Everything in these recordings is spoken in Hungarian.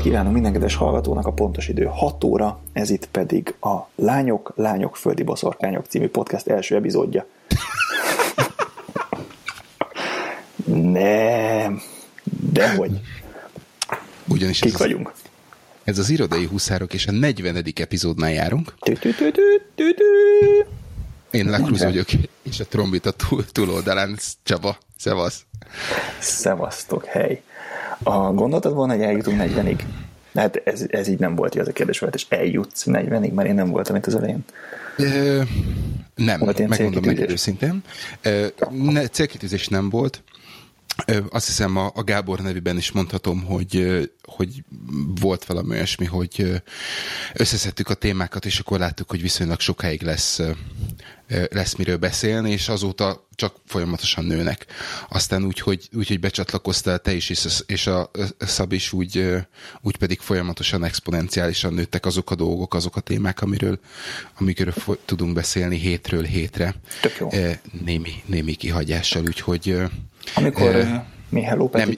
kívánunk minden kedves hallgatónak, a pontos idő 6 óra, ez itt pedig a Lányok, Földi Boszorkányok című podcast első epizódja. Nem, dehogy. Ugyanis kik vagyunk? Ez az Irodai Huszárok, és a 40. epizódnál járunk. Én Lakruz vagyok, és a trombita túloldalán Csaba. Szevasz. Szevasztok, hely. Gondoltad volna, hogy eljutunk 40-ig? Hát ez így nem volt, hogy az a kérdés volt, és eljutsz 40-ig, mert én nem voltam itt az elején. Nem, megmondom neked őszintén. Célkitűzés nem volt. Azt hiszem a Gábor nevében is mondhatom, hogy volt valami olyasmi, hogy összeszedtük a témákat, és akkor láttuk, hogy viszonylag sokáig lesz miről beszélni, és azóta csak folyamatosan nőnek. Aztán úgy, becsatlakoztál te is, és a Szab is, úgy pedig folyamatosan exponenciálisan nőttek azok a dolgok, azok a témák, amikről tudunk beszélni hétről hétre. Tök jó. Némi kihagyással, úgyhogy amikor mi Hello Petit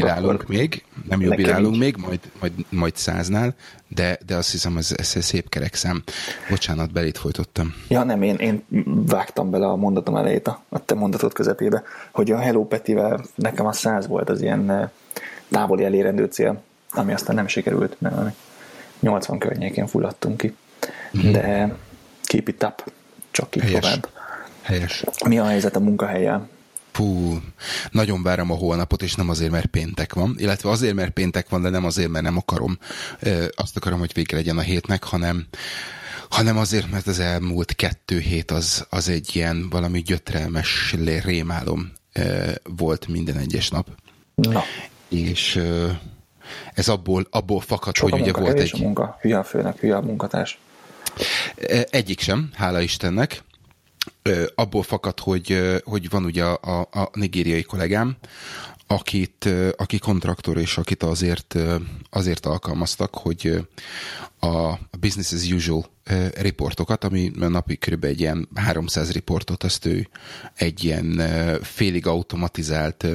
nem jubilálunk még, majd 100-nál, de azt hiszem, ez szép kerek szám. Bocsánat, belét folytottam. Ja, nem, én vágtam bele a mondatom elejét a te mondatod közepébe, hogy a Hello Petivel nekem a 100 volt az ilyen távoli elérendő cél, ami aztán nem sikerült, mert 80 környékén fulladtunk ki. De keep it up, csak így helyes, tovább. Helyes. Mi a helyzet a munkahelyen? Fú, nagyon várom a holnapot, és nem azért, mert péntek van, illetve azért, mert péntek van, de nem azért, mert nem akarom. Azt akarom, hogy vége legyen a hétnek, hanem azért, mert az elmúlt 2 hét az egy ilyen valami gyötrelmes rémálom volt minden egyes nap. Na. És ez abból fakad, sok hogy ugye volt egy... munka, hülye a főnök, hülye a munkatárs. Egyik sem, hála Istennek. Abból fakad, hogy van ugye a nigériai kollégám, aki kontraktor, és akit azért alkalmaztak, hogy a business as usual riportokat, ami napi kb. Egy ilyen 300 riportot, azt ő egy ilyen félig automatizált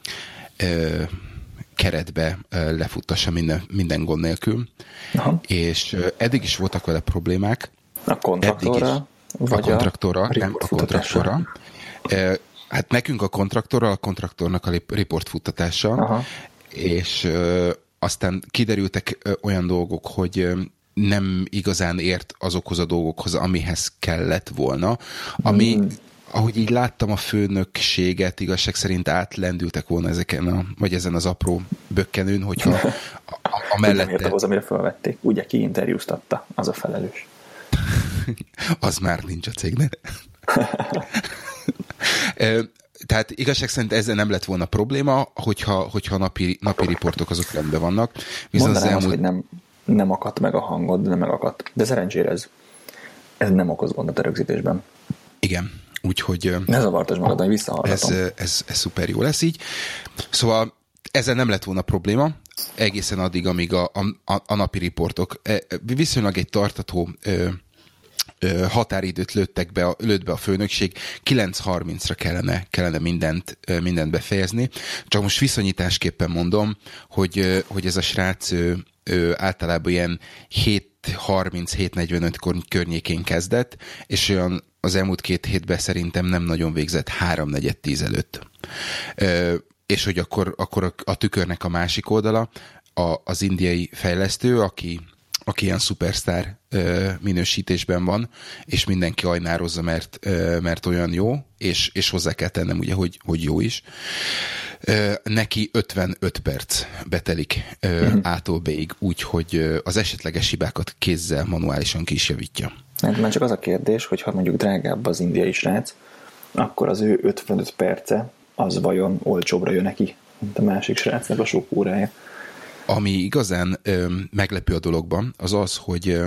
keretbe lefuttassa minden gond nélkül. Aha. És eddig is voltak vele problémák. A kontraktorra? A kontraktorra. Hát nekünk a kontraktornak a riportfuttatása, aha. És aztán kiderültek olyan dolgok, hogy nem igazán ért azokhoz a dolgokhoz, amihez kellett volna, ami, ahogy így láttam a főnökséget, igazság szerint átlendültek volna vagy ezen az apró bökkenőn, hogyha a mellette... Nem ért ahhoz, amire felvették. Ugye kiinterjúztatta az a felelős. Az már nincs a cégnél. Tehát igazság szerint ezzel nem lett volna probléma, hogyha napi riportok azok rendben vannak. Mondanám azt, hogy nem akadt meg a hangod, nem megakadt. De szerencsére ez nem okoz gondot a rögzítésben. Igen, úgyhogy... Ne zavartasd magad, hogy visszahallgatom. Ez szuper jó lesz így. Szóval ezzel nem lett volna probléma, egészen addig, amíg a napi riportok viszonylag egy tartató határidőt lőtt be a főnökség, 9:30-ra kellene mindent befejezni. Csak most viszonyításképpen mondom, hogy ez a srác általában ilyen 7:30-7:45 környékén kezdett, és olyan az elmúlt 2 hétben szerintem nem nagyon végzett 3:4-10 előtt. És hogy akkor a tükörnek a másik oldala, az indiai fejlesztő, aki ilyen szupersztár minősítésben van, és mindenki ajnározza, mert olyan jó, és hozzá kell tennem ugye, hogy jó is. Neki 55 perc betelik A-tól B-ig, úgyhogy az esetleges hibákat kézzel manuálisan ki is javítja. Már csak az a kérdés, hogy ha mondjuk drágább az indiai srác, akkor az ő 55 perce az vajon olcsóbbra jön neki, mint a másik srácnak a sok órája. Ami igazán meglepő a dologban, az,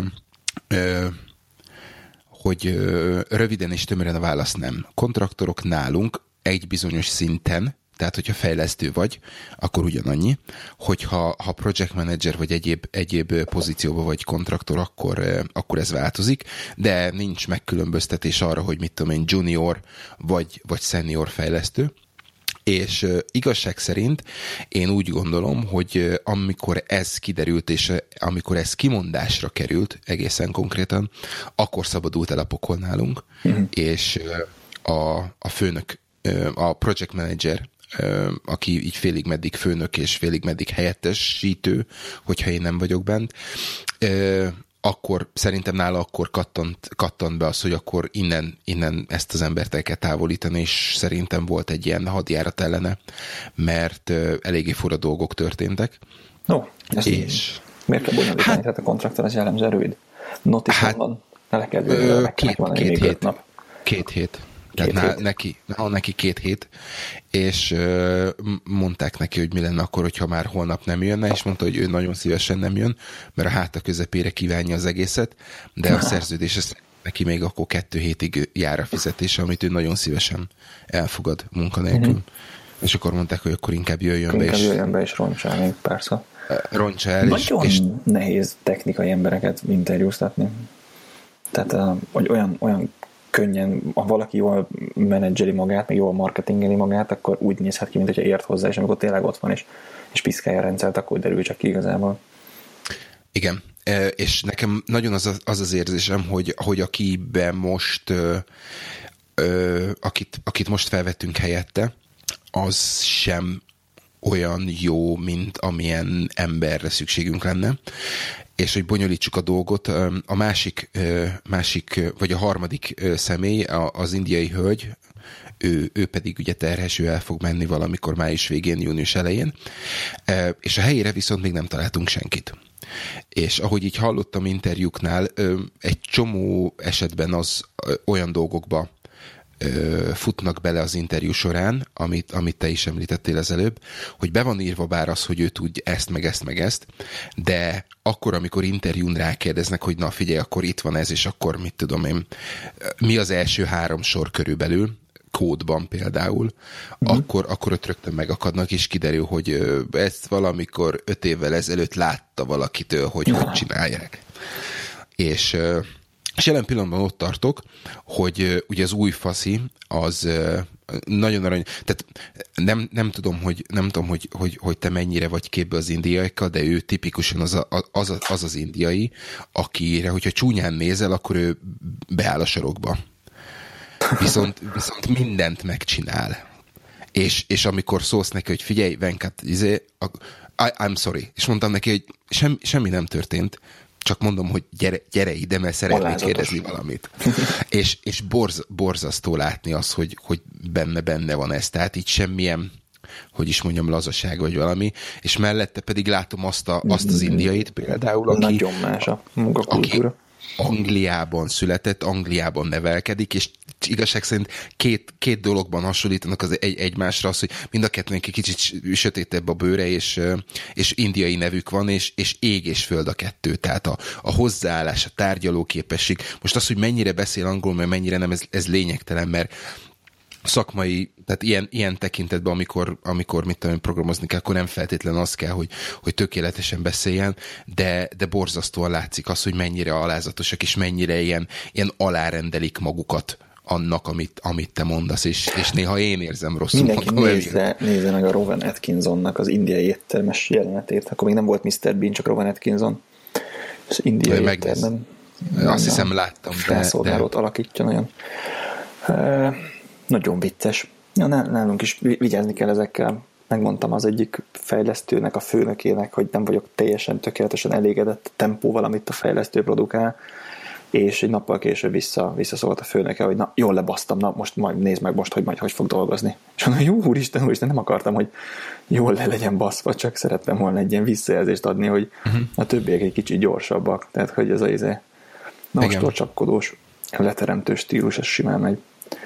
hogy röviden és tömören a válasz nem. Kontraktorok nálunk egy bizonyos szinten, tehát hogyha fejlesztő vagy, akkor ugyanannyi, hogyha project manager vagy egyéb pozícióban vagy kontraktor, akkor ez változik, de nincs megkülönböztetés arra, hogy mit tudom én, junior vagy senior fejlesztő. És igazság szerint én úgy gondolom, hogy amikor ez kiderült, és amikor ez kimondásra került egészen konkrétan, akkor szabadult el a pokol nálunk, és a főnök, a project manager, aki így félig meddig főnök és félig meddig helyettesítő, hogyha én nem vagyok bent, akkor szerintem nála akkor kattant be az, hogy akkor innen ezt az embert el kell távolítani, és szerintem volt egy ilyen hadjárat ellene, mert eléggé fura dolgok történtek. No, és miért kell bonyolítani? Tehát a kontraktor az jellemzően rövid. Notice van, le kell két hét. Tehát neki 2 hét, és mondták neki, hogy mi lenne akkor, hogyha már holnap nem jönne, és mondta, hogy ő nagyon szívesen nem jön, mert a háta közepére kívánja az egészet, de a szerződés neki még akkor 2 hétig jár a fizetése, amit ő nagyon szívesen elfogad munkanélkül. És akkor mondták, hogy akkor inkább jöjjön be. Inkább jöjjön be, és roncsa el, persze. Roncsa el. Nagyon nehéz technikai embereket interjúztatni. Tehát, hogy olyan könnyen, ha valaki jól menedzseli magát, meg jól marketingeli magát, akkor úgy nézhet ki, mint hogyha ért hozzá, és amikor tényleg ott van, és piszkálja a rendszert, akkor derül csak ki igazából. Igen, és nekem nagyon az érzésem, hogy akiben most, akit most felvettünk helyette, az sem olyan jó, mint amilyen emberre szükségünk lenne. És hogy bonyolítsuk a dolgot, a másik vagy a harmadik személy, az indiai hölgy, ő pedig ugye terhes, ő el fog menni valamikor május végén, június elején, és a helyére viszont még nem találtunk senkit. És ahogy így hallottam interjúknál, egy csomó esetben az olyan dolgokba futnak bele az interjú során, amit te is említettél az előbb, hogy be van írva bár az, hogy ő tud ezt, meg ezt, de akkor, amikor interjún rákérdeznek, hogy na figyelj, akkor itt van ez, és akkor mit tudom én, mi az első 3 sor körülbelül, kódban például, akkor ott rögtön megakadnak, és kiderül, hogy ezt valamikor 5 évvel ezelőtt látta valakitől, hogy csinálják. És jelen pillanatban ott tartok, hogy ugye az új faszi az nagyon arany, tehát nem tudom, hogy te mennyire vagy képbe az indiaiakkal, de ő tipikusan az indiai, akire, hogyha csúnyán nézel, akkor ő beáll a sarokba. Viszont mindent megcsinál. És amikor szólsz neki, hogy figyelj, Venkat, I'm sorry. És mondtam neki, hogy semmi nem történt, csak mondom, hogy gyere ide, mert szeretnék kérdezni valamit. és borzasztó látni az, hogy benne van ez. Tehát így semmilyen, hogy is mondjam, lazaság vagy valami, és mellette pedig látom azt az indiait például, aki nagyon más a munkakultúra. Angliában született, Angliában nevelkedik, és igazság szerint két dologban hasonlítanak az egymásra, az, hogy mind a kettőnek egy kicsit sötétebb a bőre, és indiai nevük van, és ég és föld a kettő. Tehát a hozzáállás, a tárgyalóképesség. Most az, hogy mennyire beszél angolul, mert mennyire nem, ez lényegtelen, mert szakmai, tehát ilyen tekintetben, amikor mit tudom, programozni kell, akkor nem feltétlenül az kell, hogy tökéletesen beszéljen, de borzasztóan látszik az, hogy mennyire alázatosak, és mennyire ilyen alárendelik magukat annak, amit te mondasz, és néha én érzem rosszul. Mindenki nézze meg a Rowan Atkinsonnak az indiai éttermes jelenetét. Akkor még nem volt Mr. Bean, csak Rowan Atkinson. Az indiai éttermen. Azt hiszem láttam. Felszolgálót alakítja nagyon. Nagyon vicces. Ja, nálunk is vigyázni kell ezekkel. Megmondtam az egyik fejlesztőnek, a főnökének, hogy nem vagyok teljesen tökéletesen elégedett a tempóval, amit a fejlesztő produkál, és egy nappal később visszaszólt a főnöke, hogy na, jól lebasztam, na, most majd nézd meg most, hogy majd hogy fog dolgozni. És mondom, jó úristen, nem akartam, hogy jól le legyen baszva, csak szerettem volna egy ilyen visszajelzést adni, hogy a többiek egy kicsit gyorsabbak. Tehát, hogy ez a ostorcsapkodós, leteremtő stílus, ez simán megy.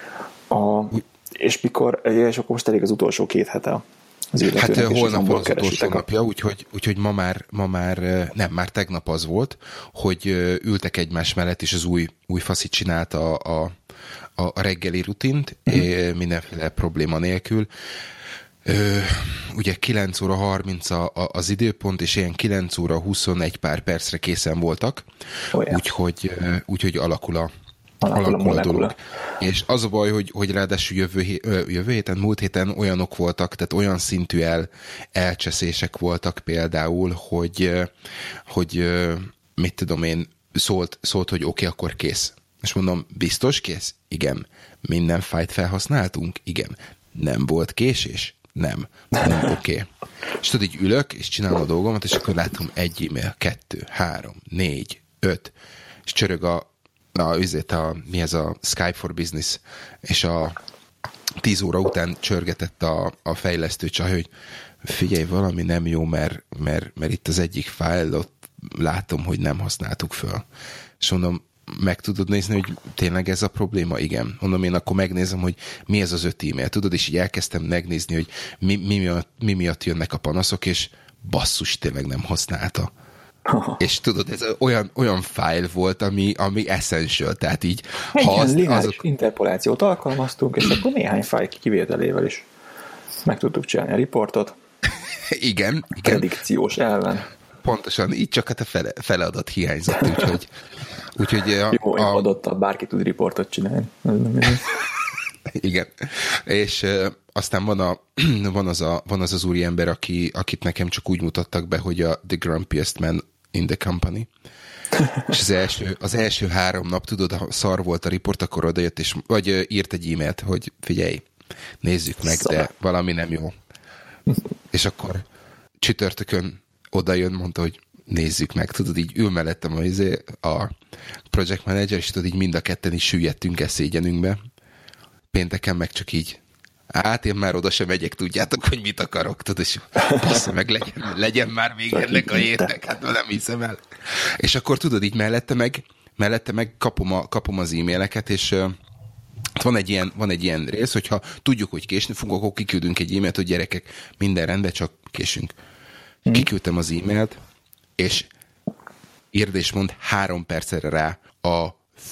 És akkor most elég az utolsó 2 hete az illetőnek. Hát holnap van az utolsó napja, úgyhogy ma már már tegnap az volt, hogy ültek egymás mellett, és az új faszi csinálta a reggeli rutint, mindenféle probléma nélkül. Ugye 9 óra 30 az időpont, és ilyen 9 óra 21 pár percre készen voltak, úgyhogy alakul alakul a dolog. És az a baj, hogy ráadásul jövő héten, múlt héten olyanok voltak, tehát olyan szintű elcseszések voltak például, hogy mit tudom én, szólt hogy oké, akkor kész. És mondom, biztos kész? Igen. Minden fájlt felhasználtunk? Igen. Nem volt késés? Nem. Oké. És tudod, így ülök, és csinálom a dolgomat, és akkor látom 1 e-mail, 2, 3, 4, 5, és csörög mi ez a Skype for Business, és a 10 óra után csörgetett a fejlesztő csaj, hogy figyelj, valami nem jó, mert itt az egyik fájlot látom, hogy nem használtuk föl. És mondom, meg tudod nézni, hogy tényleg ez a probléma? Igen. Mondom, én akkor megnézem, hogy mi ez az 5 e-mail. Tudod, és így elkezdtem megnézni, hogy mi miatt jönnek a panaszok, és basszus, tényleg nem használta. És tudod, ez olyan fájl volt, ami essential, tehát így... Lineáris interpolációt alkalmaztunk, és akkor néhány fájl kivételével is meg tudtuk csinálni a riportot. Igen. Predikciós elven. Pontosan, így csak hát a fele adat hiányzott, úgyhogy jó, adottal bárki tud riportot csinálni. Igen. És aztán van az úriember, akit nekem csak úgy mutattak be, hogy a The Grumpiest Man in the Company. És az első 3 nap, tudod, ha szar volt a riport, akkor odajött, vagy írt egy e-mailt, hogy figyelj, nézzük meg, de valami nem jó. És akkor csütörtökön odajön, mondta, hogy nézzük meg, tudod, így ül mellettem a project manager, és tudod, így mind a ketten is süllyedtünk szégyenünkbe. Pénteken meg csak így, én már oda sem megyek, tudjátok, hogy mit akarok, tudod, és bassza meg, legyen már még ennek a hétnek, hát nem hiszem el. És akkor tudod, így mellette meg kapom az e-maileket, és van egy ilyen rész, hogyha tudjuk, hogy késni fogunk, akkor kiküldünk egy e-mailt, hogy gyerekek, minden rendben, csak késünk. Kiküldtem az e-mailt, és írd és mond 3 percre rá a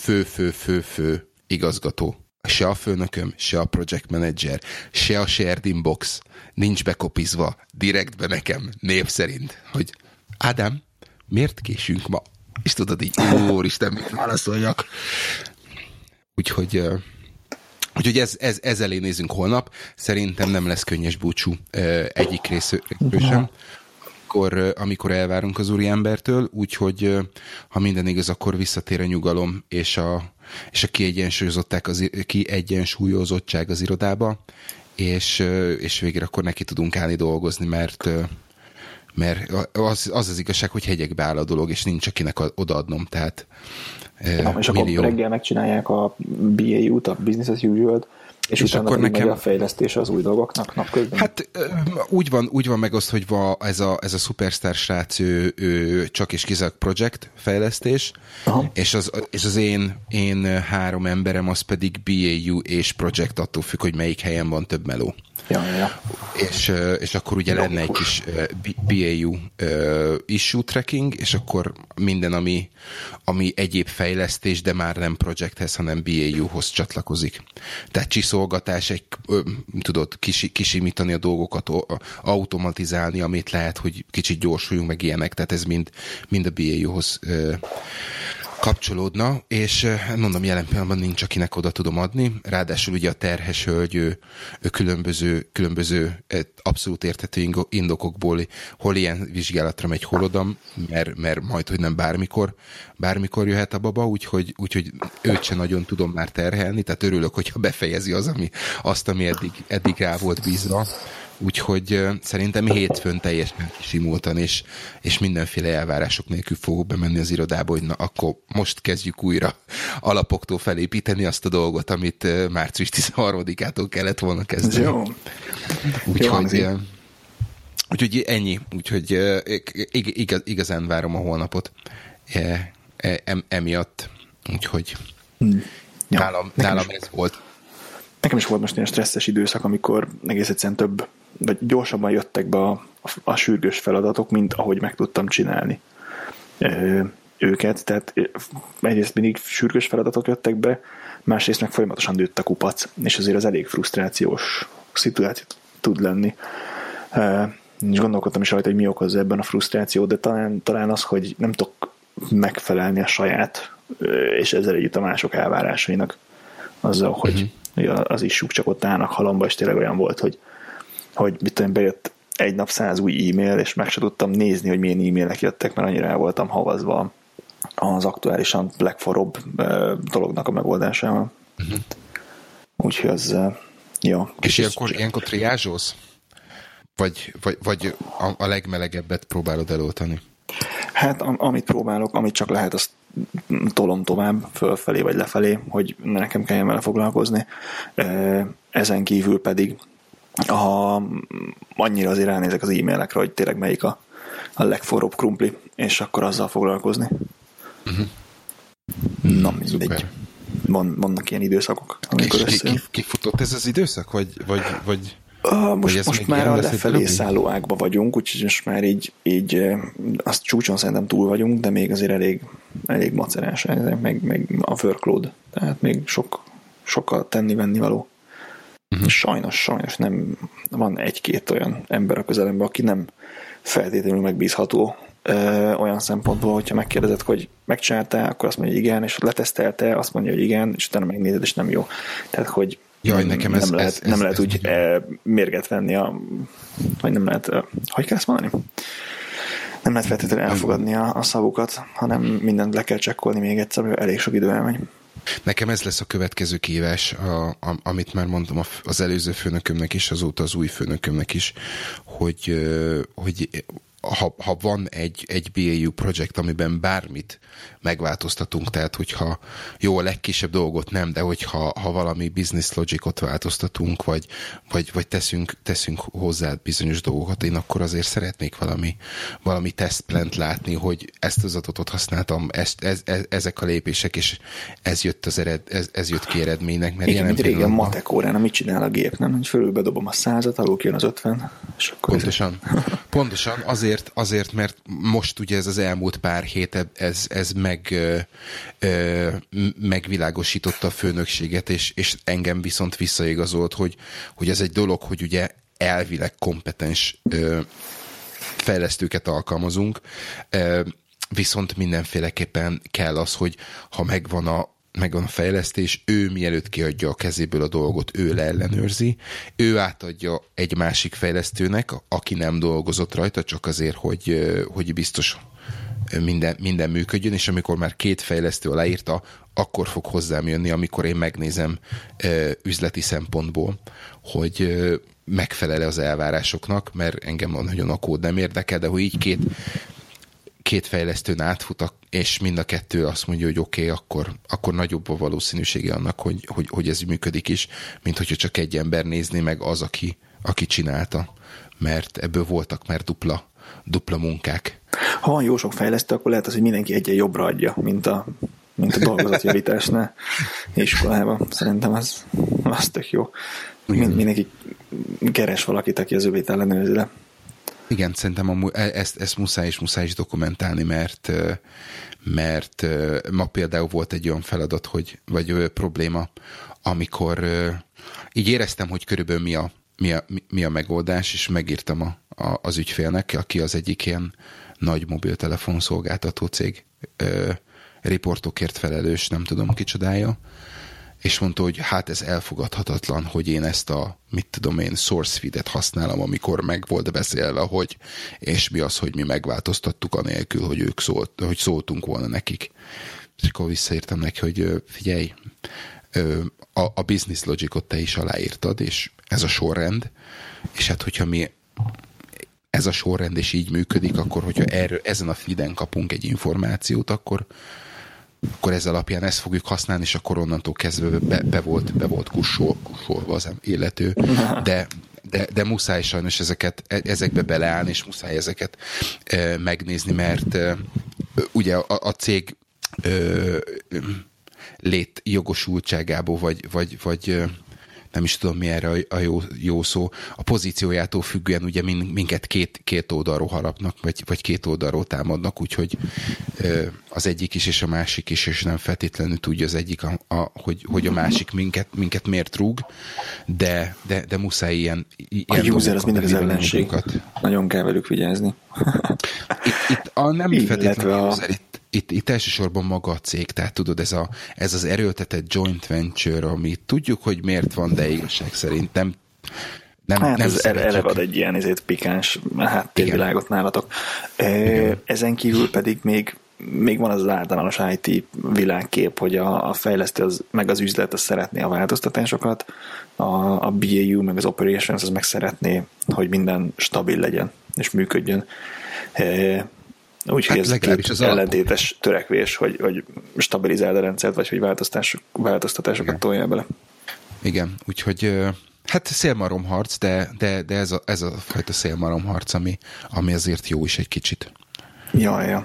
fő igazgató. Se a főnököm, se a project manager, se a shared inbox nincs bekopizva direktbe nekem, név szerint, hogy Ádám, miért késünk ma? És tudod így, úristen, mit válaszoljak? Úgyhogy ez elé nézünk holnap. Szerintem nem lesz könnyes búcsú egyik részről sem, amikor elvárunk az úriembertől, úgyhogy ha minden igaz, akkor visszatér a nyugalom és a kiegyensúlyozottság az irodába, és végre akkor neki tudunk állni dolgozni, mert az igazság, hogy hegyekbe áll a dolog, és nincs akinek odaadnom, tehát és akkor reggel megcsinálják a BAU-t, a Business as Usual-t, és utána akkor nekem a fejlesztés az új dolgoknak napközben? Hát úgy van megosztva ez a szupersztár srác, ő csak és kizárólag project fejlesztés, és az én 3 emberem az pedig BAU és project, attól függ, hogy melyik helyen van több meló. Ja. És akkor ugye lenne egy kis BAU issue tracking, és akkor minden, ami egyéb fejlesztés, de már nem projekthez, hanem BAU-hoz csatlakozik. Tehát csiszolgatás, tudod, kisimítani a dolgokat, automatizálni, amit lehet, hogy kicsit gyorsuljunk, meg ilyenek, tehát ez mind a BAU-hoz kapcsolódna, és mondom, jelen pillanatban nincs, akinek oda tudom adni, ráadásul ugye a terhes hölgy ő különböző abszolút érthető indokokból hol ilyen vizsgálatra megy, hol oda, mert majd, hogy nem bármikor jöhet a baba, úgyhogy őt sem nagyon tudom már terhelni, tehát örülök, hogyha befejezi azt, ami eddig rá volt bízva. Úgyhogy szerintem hétfőn teljesen kisimultan, és mindenféle elvárások nélkül fogok bemenni az irodába, hogy na, akkor most kezdjük újra alapoktól felépíteni azt a dolgot, amit március 13-ától kellett volna kezdeni. Jó. Úgyhogy ennyi. Úgyhogy igazán várom a holnapot emiatt. Úgyhogy nálam ez volt. Nekem is volt most ilyen stresszes időszak, amikor egész egyszerűen vagy gyorsabban jöttek be a sürgős feladatok, mint ahogy meg tudtam csinálni őket. Tehát egyrészt mindig sürgős feladatok jöttek be, másrészt meg folyamatosan nőtt a kupac, és azért az elég frusztrációs szituáció tud lenni. És gondolkodtam is rajta, hogy mi okozza ebben a frusztrációt, de talán az, hogy nem tudok megfelelni a saját, és ezzel együtt a mások elvárásainak azzal, hogy az issuk csak ott állnak halomba, és tényleg olyan volt, hogy mit tudom, bejött egy nap 100 új e-mail, és meg se tudtam nézni, hogy milyen e-mailek jöttek, mert annyira el voltam havazva az aktuálisan legforróbb dolognak a megoldásával. Úgyhogy az, ja. És ilyenkor triázsolsz? Vagy a legmelegebbet próbálod eloltani? Hát amit próbálok, amit csak lehet, azt tolom tovább, fölfelé vagy lefelé, hogy nekem kelljen vele foglalkozni. Ezen kívül pedig, ha annyira azért ránézek az e-mailekre, hogy tényleg melyik a legforróbb krumpli, és akkor azzal foglalkozni. Na, mindegy. Vannak ilyen időszakok, amikor kifutott ez az időszak? Vagy most már a lefelé szálló ágba vagyunk, úgyhogy most már így azt csúcson szerintem túl vagyunk, de még azért elég macerás, meg a workload, tehát még sokkal tenni-venni való. Sajnos nem van egy-két olyan ember a közelemben, aki nem feltétlenül megbízható olyan szempontból, hogyha megkérdezed, hogy megcsináltál, akkor azt mondja, hogy igen, és letesztelte, azt mondja, hogy igen, és utána megnézed, és nem jó. Tehát, hogy nekem nem lehet úgy mérget venni vagy nem lehet, hogy kell ezt mondani? Nem lehet feltétlenül elfogadni a szavukat, hanem mindent le kell csekkolni még egyszer, hogy elég sok idő elmegy. Nekem ez lesz a következő kihívás, amit már mondtam az előző főnökömnek is, azóta az új főnökömnek is, hogy ha van egy BAU projekt, amiben bármit megváltoztatunk, tehát hogyha jó, a legkisebb dolgot nem, de hogyha valami business logicot változtatunk, vagy teszünk hozzá bizonyos dolgokat, én akkor azért szeretnék valami tesztplant látni, hogy ezt az adatot használtam, ezek a lépések, és ez jött ki eredménynek. Mert igen, mint régen matek órán, mit csinál a gép, nem? Hogy fölül bedobom a 100-at, alul kijön az 50, és akkor... Pontosan, azért, mert most ugye ez az elmúlt pár hét, ez megvilágosította a főnökséget, és engem viszont visszaigazolt, hogy ez egy dolog, hogy ugye elvileg kompetens fejlesztőket alkalmazunk, viszont mindenféleképpen kell az, hogy ha megvan a fejlesztés, ő mielőtt kiadja a kezéből a dolgot, ő leellenőrzi, ő átadja egy másik fejlesztőnek, aki nem dolgozott rajta, csak azért, hogy biztos minden működjön, és amikor már 2 fejlesztő aláírta, akkor fog hozzám jönni, amikor én megnézem üzleti szempontból, hogy megfelel az elvárásoknak, mert engem nagyon a kód nem érdekel, de hogy így két fejlesztőn átfut, és mind a kettő azt mondja, hogy oké, akkor nagyobb a valószínűsége annak, hogy ez működik is, mint hogyha csak egy ember nézné meg az, aki csinálta. Mert ebből voltak már dupla munkák. Ha van jó sok fejlesztő, akkor lehet az, hogy mindenki egyen jobbra adja, mint a dolgozatjavításnál iskolában. Szerintem az tök jó. Mindenki keres valakit, aki az övét ellenőrzi le. Igen, szerintem ezt muszáj is dokumentálni, mert ma például volt egy olyan feladat, vagy probléma, amikor így éreztem, hogy körülbelül mi a megoldás, és megírtam az ügyfélnek, aki az egyik ilyen nagy mobiltelefon szolgáltató cég, riportokért felelős, nem tudom kicsodája, és mondta, hogy hát ez elfogadhatatlan, hogy én ezt a, source feed-et használom, amikor meg volt beszélve, hogy és mi az, hogy mi megváltoztattuk anélkül, hogy hogy szóltunk volna nekik. És akkor visszaírtam neki, hogy figyelj, a business logicot te is aláírtad, és ez a sorrend, és hát hogyha ez a sorrend és így működik, akkor hogyha ezen a feeden kapunk egy információt, akkor ez alapján ezt fogjuk használni, és akkor onnantól kezdve be volt kussolva az illető. De muszáj sajnos ezekbe beleállni, és muszáj ezeket megnézni, mert ugye a cég létjogosultságából, vagy nem is tudom mi erre a jó szó, a pozíciójától függően ugye minket két oldalról harapnak, vagy két oldalról támadnak, úgyhogy az egyik is és a másik is, és nem feltétlenül tudja az egyik, hogy a másik minket miért rúg, de muszáj ilyen a user az mindig az ellenség. Nagyon kell velük vigyázni. Itt nem feltétlenül a user, itt elsősorban maga a cég, tehát tudod, ez az erőltetett joint venture, ami tudjuk, hogy miért van, de igazság szerint nem ez eleve ad egy ilyen pikáns háttérvilágot nálatok. Ezen kívül pedig még van az általános IT világkép, hogy a fejlesztő meg az üzlet az szeretné a változtatásokat, a BAU meg az operations az meg szeretné, hogy minden stabil legyen és működjön. Úgyhogy ez ellentétes törekvés, hogy stabilizáld a rendszert, vagy hogy változtatásokat toljál bele. Igen, úgyhogy hát szélmaromharc, de ez a fajta szélmaromharc, ami azért jó is egy kicsit. Ja.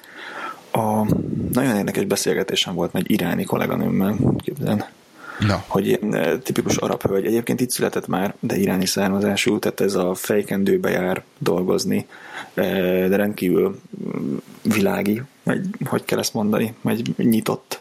Nagyon érdekes beszélgetésem volt egy iráni kolléganőmmel, képzelni. Na. Hogy ilyen tipikus arab hölgy. Egyébként itt született már, de iráni származású, tehát ez a fejkendőbe jár dolgozni, de rendkívül világi, vagy hogy kell ezt mondani, vagy nyitott.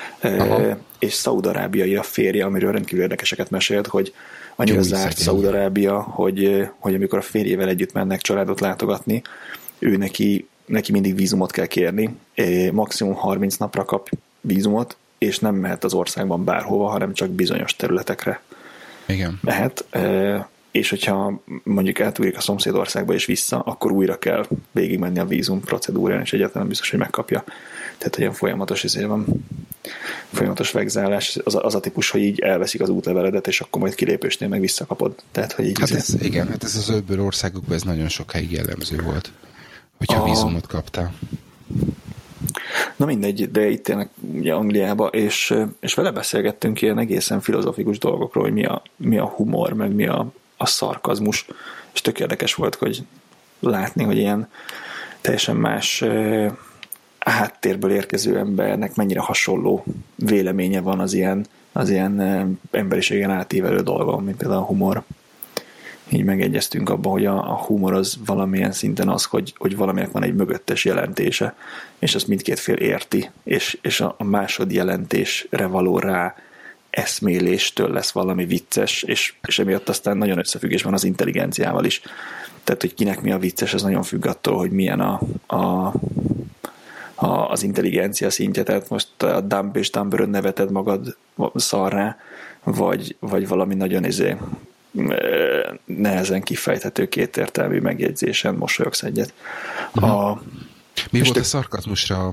És Szaúd-Arábiai a férje, amiről rendkívül érdekeseket mesélt, hogy annyira zárt Szaúd-Arábia, hogy amikor a férjével együtt mennek családot látogatni, ő neki mindig vízumot kell kérni, maximum 30 napra kap vízumot, és nem mehet az országban bárhova, hanem csak bizonyos területekre. Igen. Mehet, és hogyha mondjuk átugrik a szomszédországba és vissza, akkor újra kell végigmenni a vízum procedúrán, és egyáltalán biztos, hogy megkapja. Tehát olyan folyamatos van. Folyamatos vegzálás. Az a típus, hogy így elveszik az útleveledet, és akkor majd kilépésnél meg visszakapod. Tehát, hogy így ez az ötből országokban ez nagyon sokáig jellemző volt, hogyha vízumot kaptál. Na mindegy, de itt tényleg ugye Angliába, és vele beszélgettünk ilyen egészen filozofikus dolgokról, hogy mi a humor, meg mi a szarkazmus, és tök érdekes volt, hogy látni, hogy ilyen teljesen más háttérből érkező embernek mennyire hasonló véleménye van az ilyen emberiségen átívelő dolgon, mint például a humor. Így megegyeztünk abban, hogy a humor az valamilyen szinten az, hogy valaminek van egy mögöttes jelentése, és azt mindkét fél érti, és a másodjelentésre való rá eszméléstől lesz valami vicces, és emiatt aztán nagyon összefüggés van az intelligenciával is. Tehát, hogy kinek mi a vicces, az nagyon függ attól, hogy milyen az intelligencia szintje, tehát most a dumb és dumberön neveted magad szarrá, vagy valami nagyon nehezen kifejthető kétértelmű megjegyzésen mosolyogsz egyet. Mi volt a szarkazmusra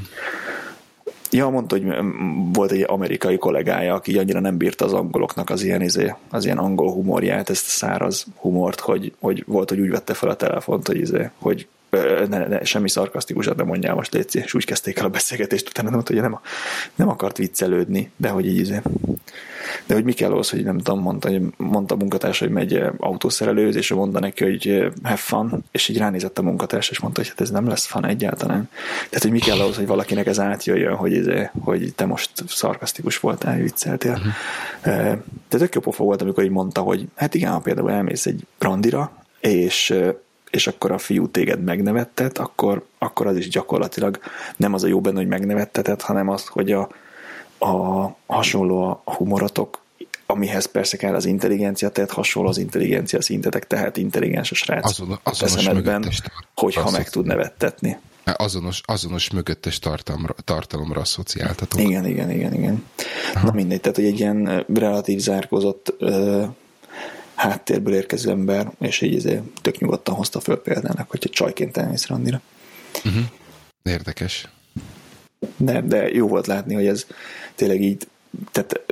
Ja, mondta, hogy volt egy amerikai kollégája, aki annyira nem bírta az angoloknak az ilyen angol humorját, ezt a száraz humort, hogy volt, hogy úgy vette fel a telefont, hogy ne, semmi szarkasztikusat nem mondjál most, légy, és úgy kezdték el a beszélgetést, utána mondta, hogy nem akart viccelődni, de hogy de hogy mi kell ahhoz, hogy nem tudom, mondta a munkatárs, hogy megy autószerelőz, és mondta neki, hogy have fun, és így ránézett a munkatárs, és mondta, hogy hát ez nem lesz fun egyáltalán. Tehát, hogy mi kell ahhoz, hogy valakinek ez átjöjjön, hogy te most szarkasztikus voltál, vicceltél. De tök jó pofa volt, amikor így mondta, hogy hát igen, ha például elmész egy randira, és akkor a fiú téged megnevettet, akkor az is gyakorlatilag nem az a jó benne, hogy megnevetteted, hanem az, hogy a hasonló a humorotok, amihez persze kell az intelligencia, tehát hasonló az intelligencia szintetek, tehát intelligens a srác a szemedben, hogyha meg tud nevettetni. Azonos mögöttes tartalomra asszociáltató. Igen. Na mindegy, tehát hogy egy ilyen relatív zárkózott háttérből érkező ember, és így tök nyugodtan hozta föl példának, hogyha csajként elmész randira. Érdekes. De jó volt látni, hogy ez tényleg így, tehát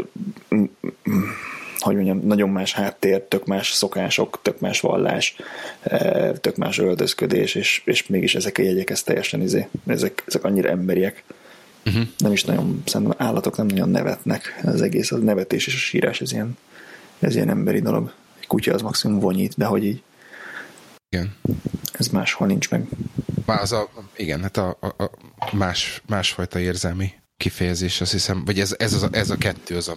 hogy mondjam, nagyon más háttér, tök más szokások, tök más vallás, tök más öltözködés, és mégis ezek a jegyek, ez teljesen ezek annyira emberiek. Nem is nagyon, szerintem állatok nem nagyon nevetnek. Az egész, a nevetés és a sírás, ez ilyen emberi dolog. Egy kutya az maximum vonyít, de hogy így igen. Ez máshol nincs meg. Igen, hát a másfajta érzelmi kifejezés, azt hiszem, vagy ez a kettő az,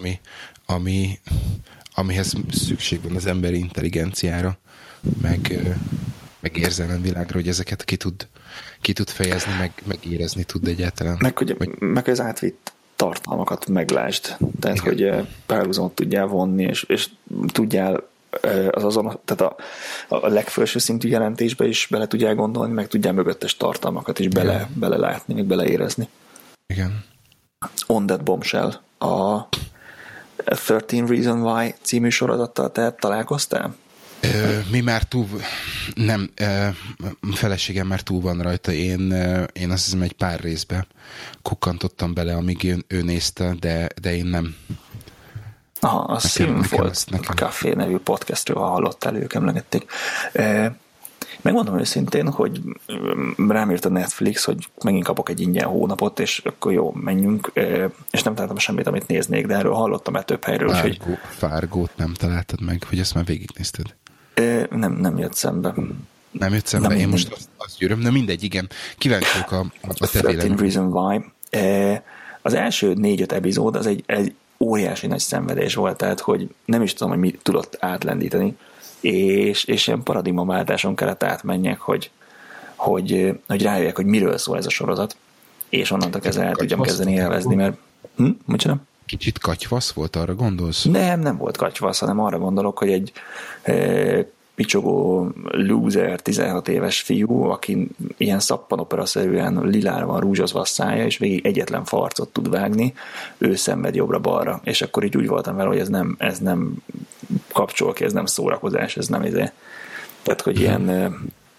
amihez szükség van az emberi intelligenciára, meg érzelemvilágra, hogy ezeket ki tud fejezni, meg érezni tud egyáltalán. Meg az átvitt tartalmakat meglásd. Tehát, igen. Hogy párhuzamot tudjál vonni, és tudjál tehát a legfelső szintű jelentésbe is bele tudják gondolni, meg tudják mögöttes tartalmakat is bele látni, meg beleérezni. Igen. On That Bombshell, a 13 Reason Why című sorozattal te találkoztál? Mi már túl... Nem, feleségem már túl van rajta. Én azt hiszem egy pár részbe kukkantottam bele, amíg ő nézte, de én nem. Aha, a Színfolt Café nevű podcastről, ha hallottál, ők emlegették. Megmondom őszintén, hogy rám írt a Netflix, hogy megint kapok egy ingyen hónapot, és akkor jó, menjünk, és nem találtam semmit, amit néznék, de erről hallottam már több helyről. Fargót nem találtad meg, hogy ezt már végignézted? Nem jött szembe. Nem jött szembe? Én most azt gyűröm. Na mindegy, igen. Kíváncsiak a te vélemény. 13 Reason Why. Az első 4-5 epizód az egy óriási nagy szenvedés volt, tehát hogy nem is tudom, hogy mi tudott átlendíteni, és ilyen paradigmaváltáson kellett átmenjek, hogy rájöjjek, hogy miről szól ez a sorozat, és onnantól kezdve el tudjam kezdeni élvezni, mert... Micsoda? Kicsit katyvasz volt, arra gondolsz? Nem volt katyvasz, hanem arra gondolok, hogy egy picsogó loser 16 éves fiú, aki ilyen szappanopera-szerűen lilára van rúzsozva a szája, és végig egyetlen farcot tud vágni, ő szenved jobbra-balra. És akkor így úgy voltam vele, hogy ez nem kapcsol ki, ez nem szórakozás, ez nem izé. Tehát, hogy ilyen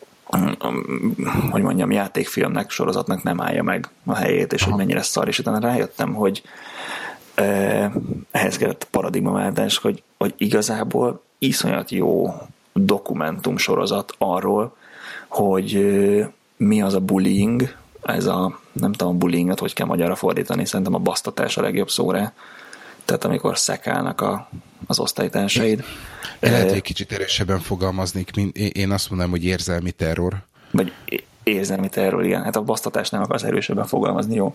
hogy mondjam, játékfilmnek, sorozatnak nem állja meg a helyét, és hogy mennyire szar, és utána rájöttem, hogy ehhez kellett a paradigmaváltás, hogy igazából iszonyat jó dokumentum sorozat arról, hogy mi az a bullying, ez a, nem tudom, a bullyingot hogy kell magyarra fordítani, szerintem a basztatás a legjobb szó rá. Tehát amikor szekálnak az osztálytársaid. Lehet, hogy kicsit erősebben fogalmaznék, mint én azt mondanám, hogy érzelmi terror. Vagy érzelmi terror, igen. Hát a basztatás nem akarsz erősebben fogalmazni, jó.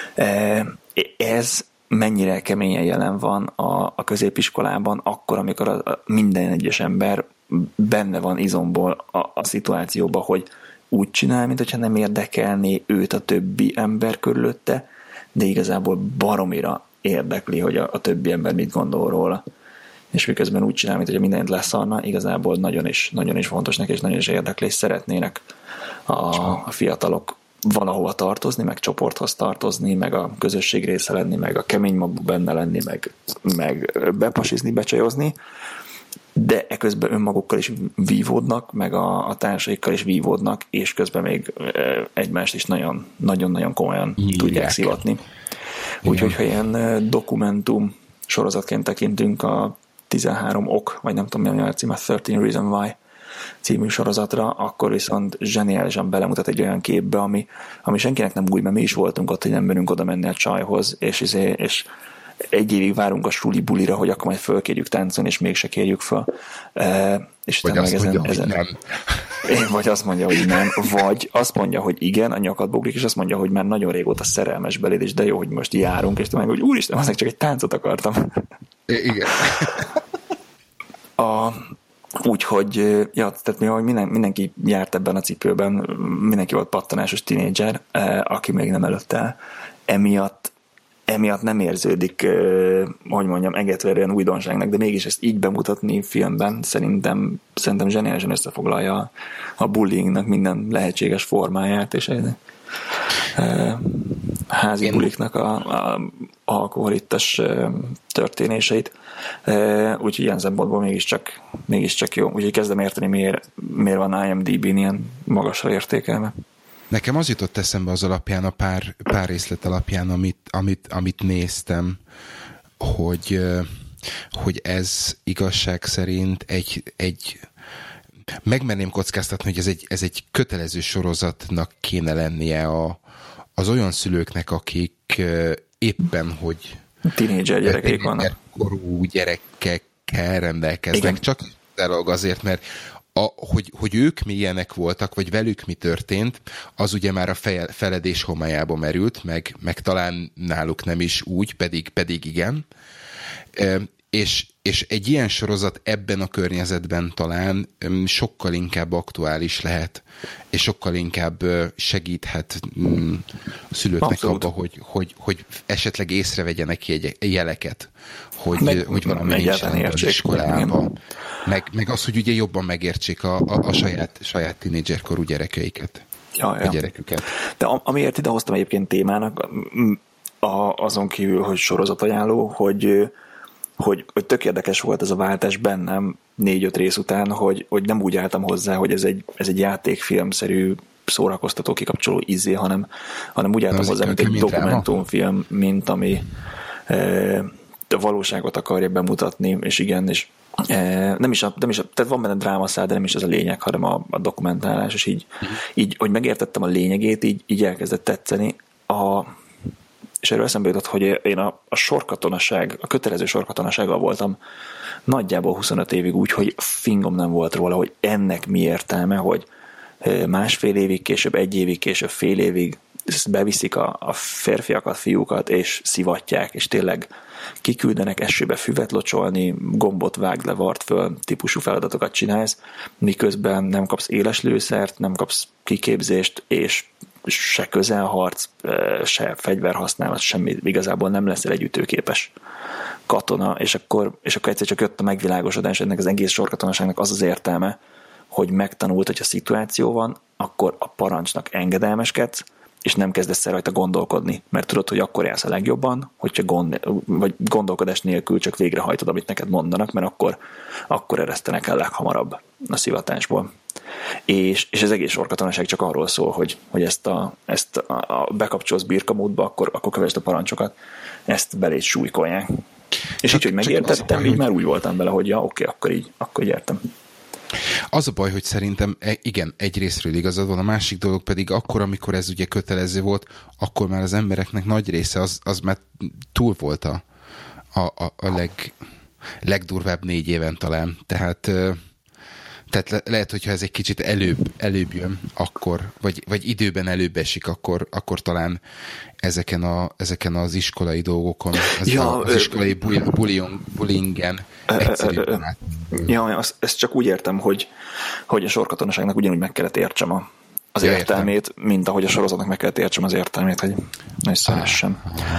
Ez mennyire keményen jelen van a középiskolában, akkor, amikor minden egyes ember benne van izomból a szituációban, hogy úgy csinál, mint hogyha nem érdekelné őt a többi ember körülötte, de igazából baromira érdekli, hogy a többi ember mit gondol róla. És miközben úgy csinál, mint hogyha mindent leszarna, igazából nagyon is fontos neki, és nagyon is érdekli, és szeretnének a fiatalok valahova tartozni, meg csoporthoz tartozni, meg a közösség része lenni, meg a kemény maguk benne lenni, meg bepasizni, becsajozni, de eközben önmagukkal is vívódnak, meg a társaikkal is vívódnak, és közben még egymást is nagyon-nagyon komolyan tudják szivatni. Úgyhogy, ha ilyen dokumentum sorozatként tekintünk a 13 ok, vagy nem tudom, mi a címe, 13 Reason Why című sorozatra, akkor viszont zseniálisan belemutat egy olyan képbe, ami senkinek nem új, mert mi is voltunk ott, hogy nem merünk oda menni a csajhoz, és egy évig várunk a suli bulira, hogy akkor majd fölkérjük táncon, és mégse kérjük föl. És vagy azt mondja, hogy nem. Vagy azt mondja, hogy nem, vagy azt mondja, hogy igen, a nyakad bugrik, és azt mondja, hogy már nagyon régóta szerelmes beléd, és de jó, hogy most járunk, és te meg, hogy úristen, azért csak egy táncot akartam. Igen. Úgyhogy, ja, tehát mi, hogy mindenki járt ebben a cipőben, mindenki volt pattanásos tinédzser, aki még nem előtt el. Emiatt nem érződik, hogy mondjam, egetverően újdonságnak, de mégis ezt így bemutatni filmben szerintem zseniálisan összefoglalja a bullyingnak minden lehetséges formáját, és házi buliknak a alkoholittas történéseit. Úgyhogy ilyen szempontból mégiscsak jó. Úgyhogy kezdem érteni, miért van IMDb-n ilyen magasra értékelve. Nekem az jutott eszembe az alapján, a pár részlet alapján, amit néztem, hogy ez igazság szerint egy megmerném kockáztatni, hogy ez egy kötelező sorozatnak kéne lennie az olyan szülőknek, akik éppen, hogy tínédzser gyerekek vannak. Korú gyerekekkel rendelkeznek. Igen. Csak azért, mert hogy ők milyenek voltak, vagy velük mi történt, az ugye már a feledés homályába merült, meg talán náluk nem is úgy, pedig igen. és egy ilyen sorozat ebben a környezetben talán sokkal inkább aktuális lehet, és sokkal inkább segíthet a szülőknek abba, hogy esetleg észrevegyenek jeleket, hogy valami nincsen az iskolában. Meg az, hogy ugye jobban megértsék a saját tínédzserkorú gyerekeiket. A gyereküket. De amiért idehoztam egyébként témának, azon kívül, hogy sorozatajánló, hogy tök érdekes volt ez a váltás bennem 4-5 rész után, hogy nem úgy álltam hozzá, hogy ez egy játékfilmszerű szórakoztató kikapcsoló izé, hanem úgy álltam hozzá, mint egy dokumentumfilm, mint ami a valóságot akarja bemutatni, és igen, és nem is tehát van benne drámaszál, de nem is ez a lényeg, hanem a dokumentálás, és így hogy megértettem a lényegét, így elkezdett tetszeni. És erről eszembe jutott, hogy én a sorkatonaság, a kötelező sorkatonasággal voltam nagyjából 25 évig úgy, hogy fingom nem volt róla, hogy ennek mi értelme, hogy másfél évig később, 1 évig később, fél évig beviszik a férfiakat, fiúkat, és szivatják, és tényleg kiküldenek esőbe füvet locsolni, gombot vág le, vart föl, típusú feladatokat csinálsz, miközben nem kapsz éles lőszert, nem kapsz kiképzést, és se közelharc, se fegyverhasználat, semmi, igazából nem leszel egy ütőképes katona, és akkor egyszer csak jött a megvilágosodás, ennek az egész sorkatonaságnak az értelme, hogy megtanult, hogy a szituáció van, akkor a parancsnak engedelmeskedsz, és nem kezdesz el rajta gondolkodni, mert tudod, hogy akkor jársz a legjobban, hogyha vagy gondolkodás nélkül csak végrehajtod, amit neked mondanak, mert akkor eresztenek el leghamarabb a szivatásból. És az egész sorkatonaság csak arról szól, hogy ezt a bekapcsolsz birkamódba, akkor kövesd a parancsokat, ezt beléd súlykolják. És így, hogy megértettem, így már úgy voltam vele, hogy ja, oké, akkor értem. Az a baj, hogy szerintem igen, egy részről igazad van, a másik dolog pedig akkor, amikor ez ugye kötelező volt, akkor már az embereknek nagy része az már túl volt a legdurvább 4 éven talán. Tehát lehet, hogyha ez egy kicsit előbb jön, akkor, vagy időben előbb esik, akkor talán ezeken az iskolai dolgokon, az iskolai bullyingen egyszerűen át. Ja, ezt csak úgy értem, hogy a sorkatonaságnak ugyanúgy meg kellett értsem az értelmét, mint ahogy a sorozatnak meg kellett értsem az értelmét, hogy szeressem.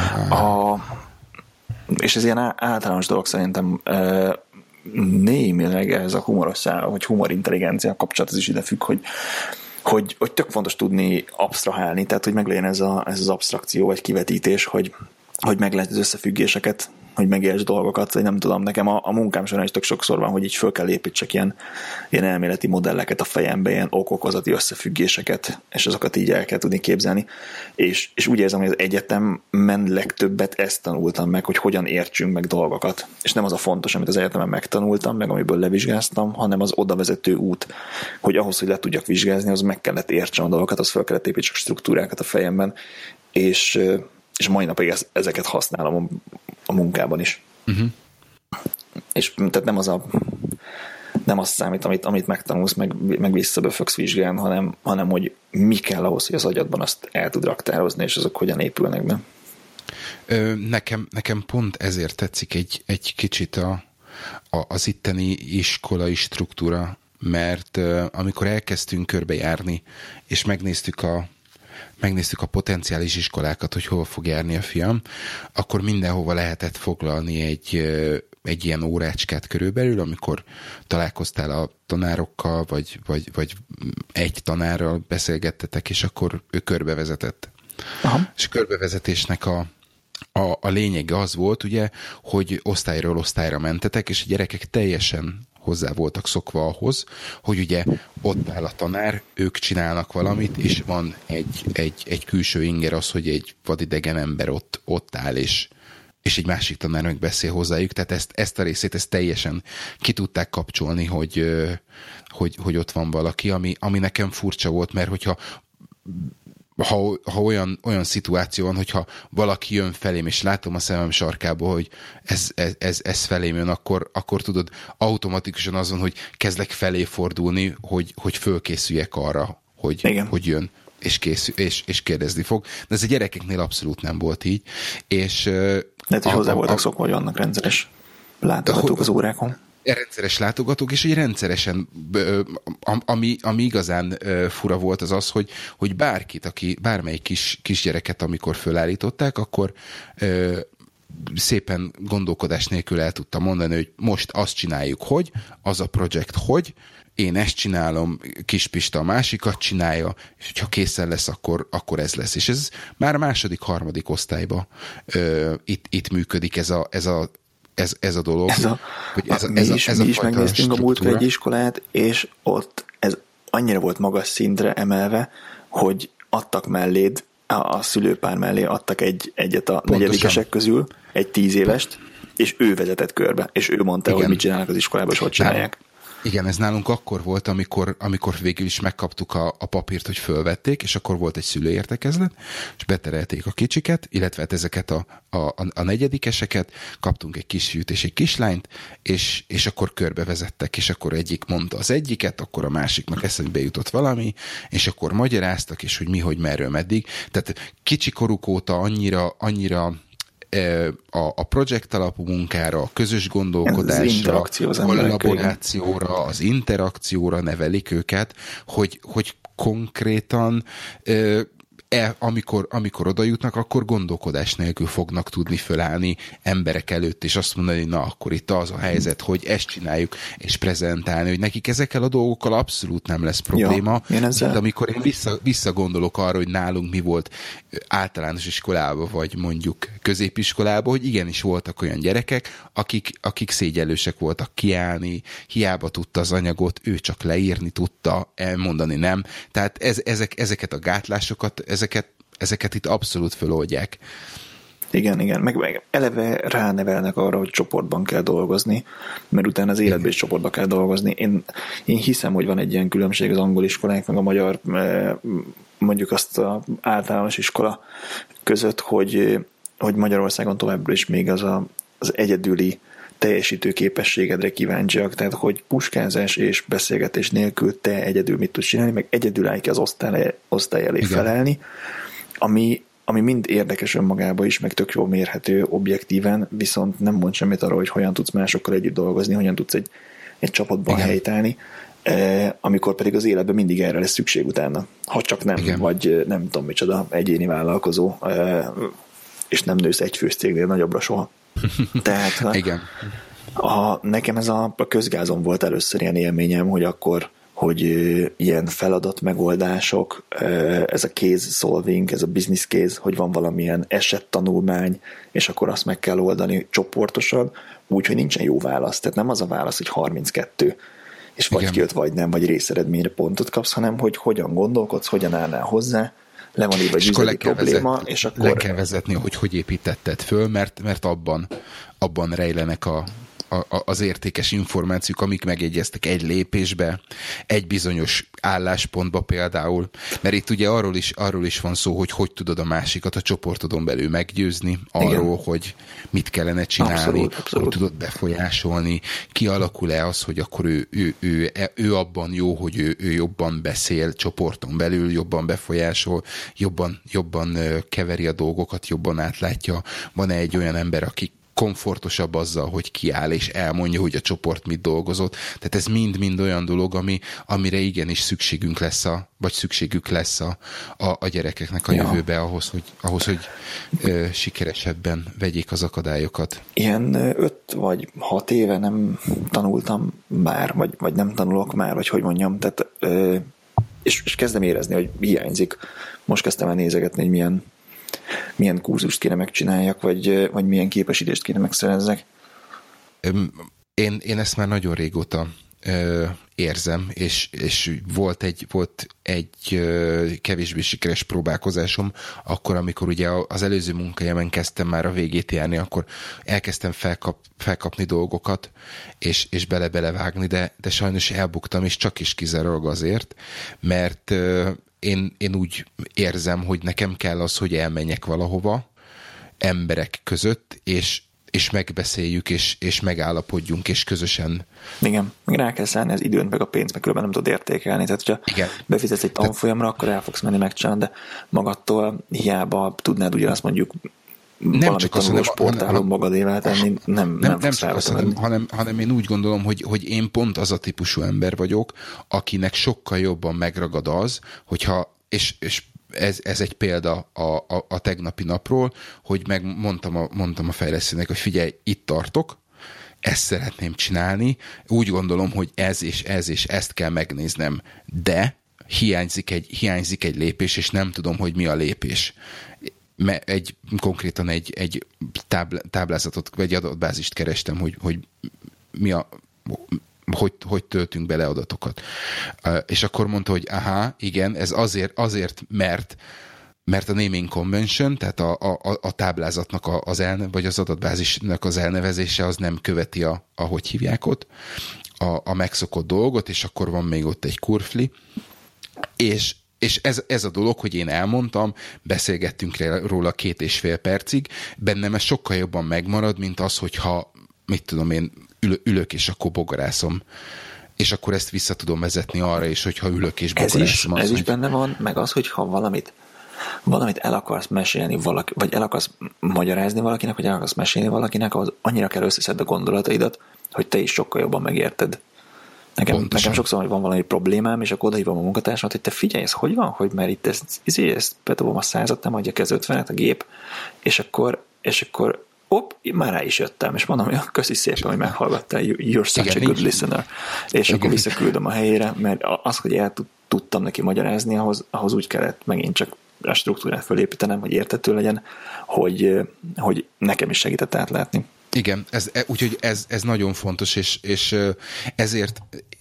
És ez ilyen általános dolog szerintem némileg ez a humoros szál, vagy humorintelligencia kapcsolat, ez is ide függ, hogy tök fontos tudni absztrahálni, tehát hogy meglegyen ez az absztrakció, vagy kivetítés, hogy meglát az összefüggéseket, hogy megérts dolgokat, vagy nem tudom, nekem a munkám során is tök sokszor van, hogy így föl kell építsek ilyen elméleti modelleket a fejembe, ilyen ok-okozati összefüggéseket, és azokat így el kell tudni képzelni. És úgy érzem, hogy az egyetemen legtöbbet ezt tanultam meg, hogy hogyan értsünk meg dolgokat. És nem az a fontos, amit az egyetemen megtanultam, meg amiből levizsgáztam, hanem az odavezető út, hogy ahhoz, hogy le tudjak vizsgázni, az meg kellett értsem a dolgokat, az föl kellett építsek struktúrákat a fejemben, és mai napig ezeket használom a munkában is. Uh-huh. És tehát nem az számít, amit megtanulsz, meg visszaböfögsz vizsgálni, hanem hogy mi kell ahhoz, hogy az agyadban azt el tud raktározni, és azok hogyan épülnek be. Nekem pont ezért tetszik egy kicsit az itteni iskolai struktúra, mert amikor elkezdtünk körbejárni, és megnéztük a potenciális iskolákat, hogy hova fog járni a fiam, akkor mindenhova lehetett foglalni egy ilyen órácskát körülbelül, amikor találkoztál a tanárokkal, vagy egy tanárral beszélgettetek, és akkor ő körbevezetett. Aha. És a körbevezetésnek a lényege az volt, ugye, hogy osztályról osztályra mentetek, és a gyerekek teljesen hozzá voltak szokva ahhoz, hogy ugye ott áll a tanár, ők csinálnak valamit, és van egy külső inger az, hogy egy vadidegen ember ott áll, és egy másik tanár meg beszél hozzájuk, tehát ezt a részét teljesen ki tudták kapcsolni, hogy ott van valaki, ami nekem furcsa volt, mert hogyha ha olyan szituáció van, hogyha valaki jön felém, és látom a szemem sarkából, hogy ez felém jön, akkor tudod, automatikusan azon, hogy kezdek felé fordulni, hogy fölkészüljek arra, hogy jön, és kérdezni fog. De ez a gyerekeknél abszolút nem volt így. És lehet, hogy hozzá voltak szokva, hogy vannak rendszeres látogatók az órákon. Rendszeres látogatók, és hogy rendszeresen, ami igazán fura volt, az, hogy bármelyik kisgyereket, amikor fölállították, akkor szépen gondolkodás nélkül el tudta mondani, hogy most azt csináljuk, hogy, az a projekt, hogy, én ezt csinálom, Kis Pista a másikat csinálja, és hogyha készen lesz, akkor ez lesz. És ez már a második, harmadik osztályban itt működik ez a dolog. Mi is megnéztünk a múltkor egy iskolát, és ott ez annyira volt magas szintre emelve, hogy adtak melléd, a szülőpár mellé adtak egyet a negyedikesek közül, egy 10 évest, és ő vezetett körbe, és ő mondta, hogy mit csinálnak az iskolában, és hogy csinálják. Igen, ez nálunk akkor volt, amikor végül is megkaptuk a papírt, hogy fölvették, és akkor volt egy szülőértekezlet, és beterelték a kicsiket, illetve hát ezeket a negyedikeseket, kaptunk egy kisfiút és egy kislányt, és akkor körbevezettek, és akkor egyik mondta az egyiket, akkor a másiknak eszembe jutott valami, és akkor magyaráztak, és hogy mi, hogy merről, meddig. Tehát kicsikoruk óta annyira a projekt alapú munkára, a közös gondolkodásra, a kollaborációra, az interakcióra nevelik őket, hogy konkrétan amikor oda jutnak, akkor gondolkodás nélkül fognak tudni fölállni emberek előtt, és azt mondani, hogy na, akkor itt az a helyzet, hogy ezt csináljuk, és prezentálni, hogy nekik ezekkel a dolgokkal abszolút nem lesz probléma. De amikor én visszagondolok arra, hogy nálunk mi volt általános iskolában, vagy mondjuk középiskolában, hogy igenis voltak olyan gyerekek, akik szégyellősek voltak kiállni, hiába tudta az anyagot, ő csak leírni tudta, elmondani nem. Tehát ezeket a gátlásokat, ezeket itt abszolút föloldják. Igen, meg eleve ránevelnek arra, hogy csoportban kell dolgozni, mert utána az életben is csoportban kell dolgozni. Én hiszem, hogy van egy ilyen különbség az angol iskolák, meg a magyar, mondjuk azt az általános iskola között, hogy Magyarországon továbbra is még az egyedüli teljesítő képességedre kíváncsiak, tehát hogy puskázás és beszélgetés nélkül te egyedül mit tudsz csinálni, meg egyedül állj ki az osztály elé felelni, ami mind érdekes önmagában is, meg tök jól mérhető objektíven, viszont nem mond semmit arról, hogy hogyan tudsz másokkal együtt dolgozni, hogyan tudsz egy csapatban helytállni, amikor pedig az életben mindig erre lesz szükség utána. Ha csak nem vagy nem tudom micsoda egyéni vállalkozó, és nem nősz egy fős cégnél nagyobbra soha. Tehát nekem ez a közgázon volt először ilyen élményem, hogy ilyen feladat megoldások, ez a case solving, ez a business case, hogy van valamilyen esettanulmány, és akkor azt meg kell oldani csoportosan, úgyhogy nincsen jó válasz. Tehát nem az a válasz, hogy 32, és vagy kijött, vagy nem, vagy részeredményre pontot kapsz, hanem hogy hogyan gondolkodsz, hogyan állnál hozzá, le van írva egy üzleti probléma, és akkor... Le kell vezetni, hogy építetted föl, mert abban rejlenek az értékes információk, amik megjegyeztek egy lépésbe, egy bizonyos álláspontba például, mert itt ugye arról is van szó, hogy tudod a másikat a csoportodon belül meggyőzni, arról, hogy mit kellene csinálni, abszolút. Hogy tudod befolyásolni, kialakul-e az, hogy akkor ő abban jó, hogy ő jobban beszél csoporton belül, jobban befolyásol, jobban keveri a dolgokat, jobban átlátja. Van-e egy olyan ember, aki komfortosabb azzal, hogy kiáll és elmondja, hogy a csoport mit dolgozott. Tehát ez mind-mind olyan dolog, amire igenis szükségük lesz a gyerekeknek a jövőbe ahhoz, hogy sikeresebben vegyék az akadályokat. Ilyen 5 vagy 6 éve nem tanultam már, vagy nem tanulok már, vagy hogy mondjam, tehát, és kezdem érezni, hogy hiányzik. Most kezdtem el nézegetni, hogy milyen kurzust kéne megcsináljak, vagy milyen képesítést kéne megszerezzek? Én ezt már nagyon régóta érzem, és volt egy kevésbé sikeres próbálkozásom, akkor, amikor ugye az előző munkahelyemen kezdtem már a végét járni, akkor elkezdtem felkapni dolgokat, és belevágni, de sajnos elbuktam, és csak is kizárólag azért, mert én úgy érzem, hogy nekem kell az, hogy elmenjek valahova emberek között, és megbeszéljük, és megállapodjunk, és közösen. Igen, rá kell szállni az időn, meg a pénzt, meg különben nem tudod értékelni. Tehát, hogyha befizetsz egy tanfolyamra, akkor el fogsz menni megcsinálni, de magadtól hiába tudnád ugyanazt mondjuk valami tanulós portálon magadévá tenni, nem csak azt, hanem én úgy gondolom, hogy én pont az a típusú ember vagyok, akinek sokkal jobban megragad az, hogyha, és ez egy példa a tegnapi napról, hogy mondtam a fejlesztőnek, hogy figyelj, itt tartok, ezt szeretném csinálni, úgy gondolom, hogy ez és ezt kell megnéznem, de hiányzik egy lépés, és nem tudom, hogy mi a lépés. Konkrétan egy táblázatot, vagy adatbázist kerestem, hogy mi a... Hogy töltünk bele adatokat. És akkor mondta, hogy igen, ez azért mert a naming convention, tehát a táblázatnak vagy az adatbázisnak az elnevezése az nem követi ahogy hívják ott, a megszokott dolgot, és akkor van még ott egy kurfli, és ez a dolog, hogy én elmondtam, beszélgettünk róla 2,5 percig, bennem ez sokkal jobban megmarad, mint az, hogyha, mit tudom én, ülök és akkor bogarászom. És akkor ezt vissza tudom vezetni arra is, hogyha ülök és bogarászom. Ez is benne van, meg az, hogyha valamit el akarsz mesélni vagy el akarsz magyarázni valakinek, vagy el akarsz mesélni valakinek, az annyira kell összeszedd a gondolataidat, hogy te is sokkal jobban megérted. Nekem sokszor, hogy van valami problémám, és akkor odahívom a munkatársamat, hogy te figyelj, ez hogy van, hogy mert itt ezt bedobom a 100-at, nem adja az 50-et a gép, és akkor már rá is jöttem, és mondom, hogy köszi szépen, hogy meghallgattál, you're such a good listener. És akkor visszaküldöm a helyére, mert az, hogy el tudtam neki magyarázni, ahhoz úgy kellett megint csak a struktúrát fölépítenem, hogy érthető legyen, hogy nekem is segített átlátni. Igen, úgyhogy ez nagyon fontos, és ezért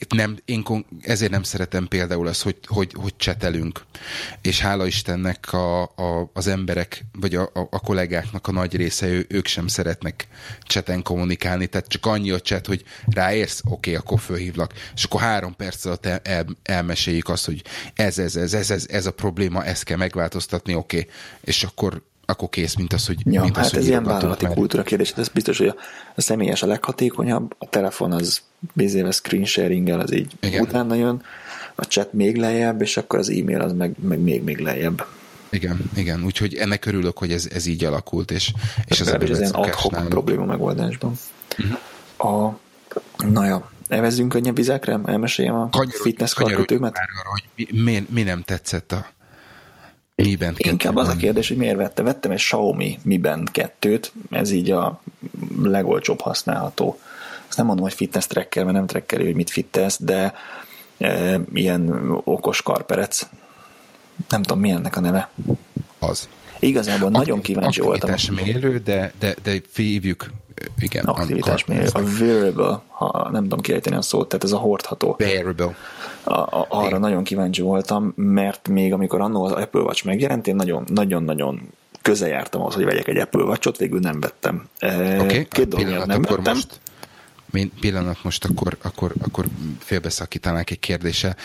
nem szeretem például azt, hogy csetelünk. És hála Istennek az emberek, vagy a kollégáknak a nagy része, ők sem szeretnek cseten kommunikálni, tehát csak annyi a cset, hogy ráérsz, oké, akkor fölhívlak, és akkor 3 perc alatt elmeséljük azt, hogy ez a probléma, ezt kell megváltoztatni, oké, és akkor kész, mint az, hogy... Ja, hát ez ilyen vállalati kultúra kérdés. Ez biztos, hogy a személyes a leghatékonyabb, a telefon az bizéve screen sharing-el az így utána jön, a chat még lejjebb, és akkor az e-mail az meg még lejjebb. Igen, úgyhogy ennek örülök, hogy ez így alakult, és ez ilyen ad-hoc probléma megoldásban. Uh-huh. Evezzünk könnyebb vizekre? Elmeséljem a fitness karkötőmet? Hogy mi nem tetszett a Mi Band 2-ben. Inkább az a kérdés, hogy miért vettem. Vettem egy Xiaomi Mi Band 2-t, ez így a legolcsóbb használható. Azt nem mondom, hogy fitness tracker, mert nem trackeri, hogy mit fittesz, de ilyen okos karperec. Nem tudom, mi ennek a neve. Az. Igazából nagyon kíváncsi voltam. Aktivitásmérő, de hívjuk. Igen. Aktivitásmérő. A wearable, ha nem tudom kiejteni a szót, tehát ez a hordható. Wearable. Arra nagyon kíváncsi voltam, mert még amikor annól az Apple Watch megjelent, én nagyon-nagyon közel jártam ahhoz, hogy vegyek egy Apple Watch-ot, végül nem vettem. Két dolog miatt nem vettem. Most akkor félbeszakítanánk egy kérdése.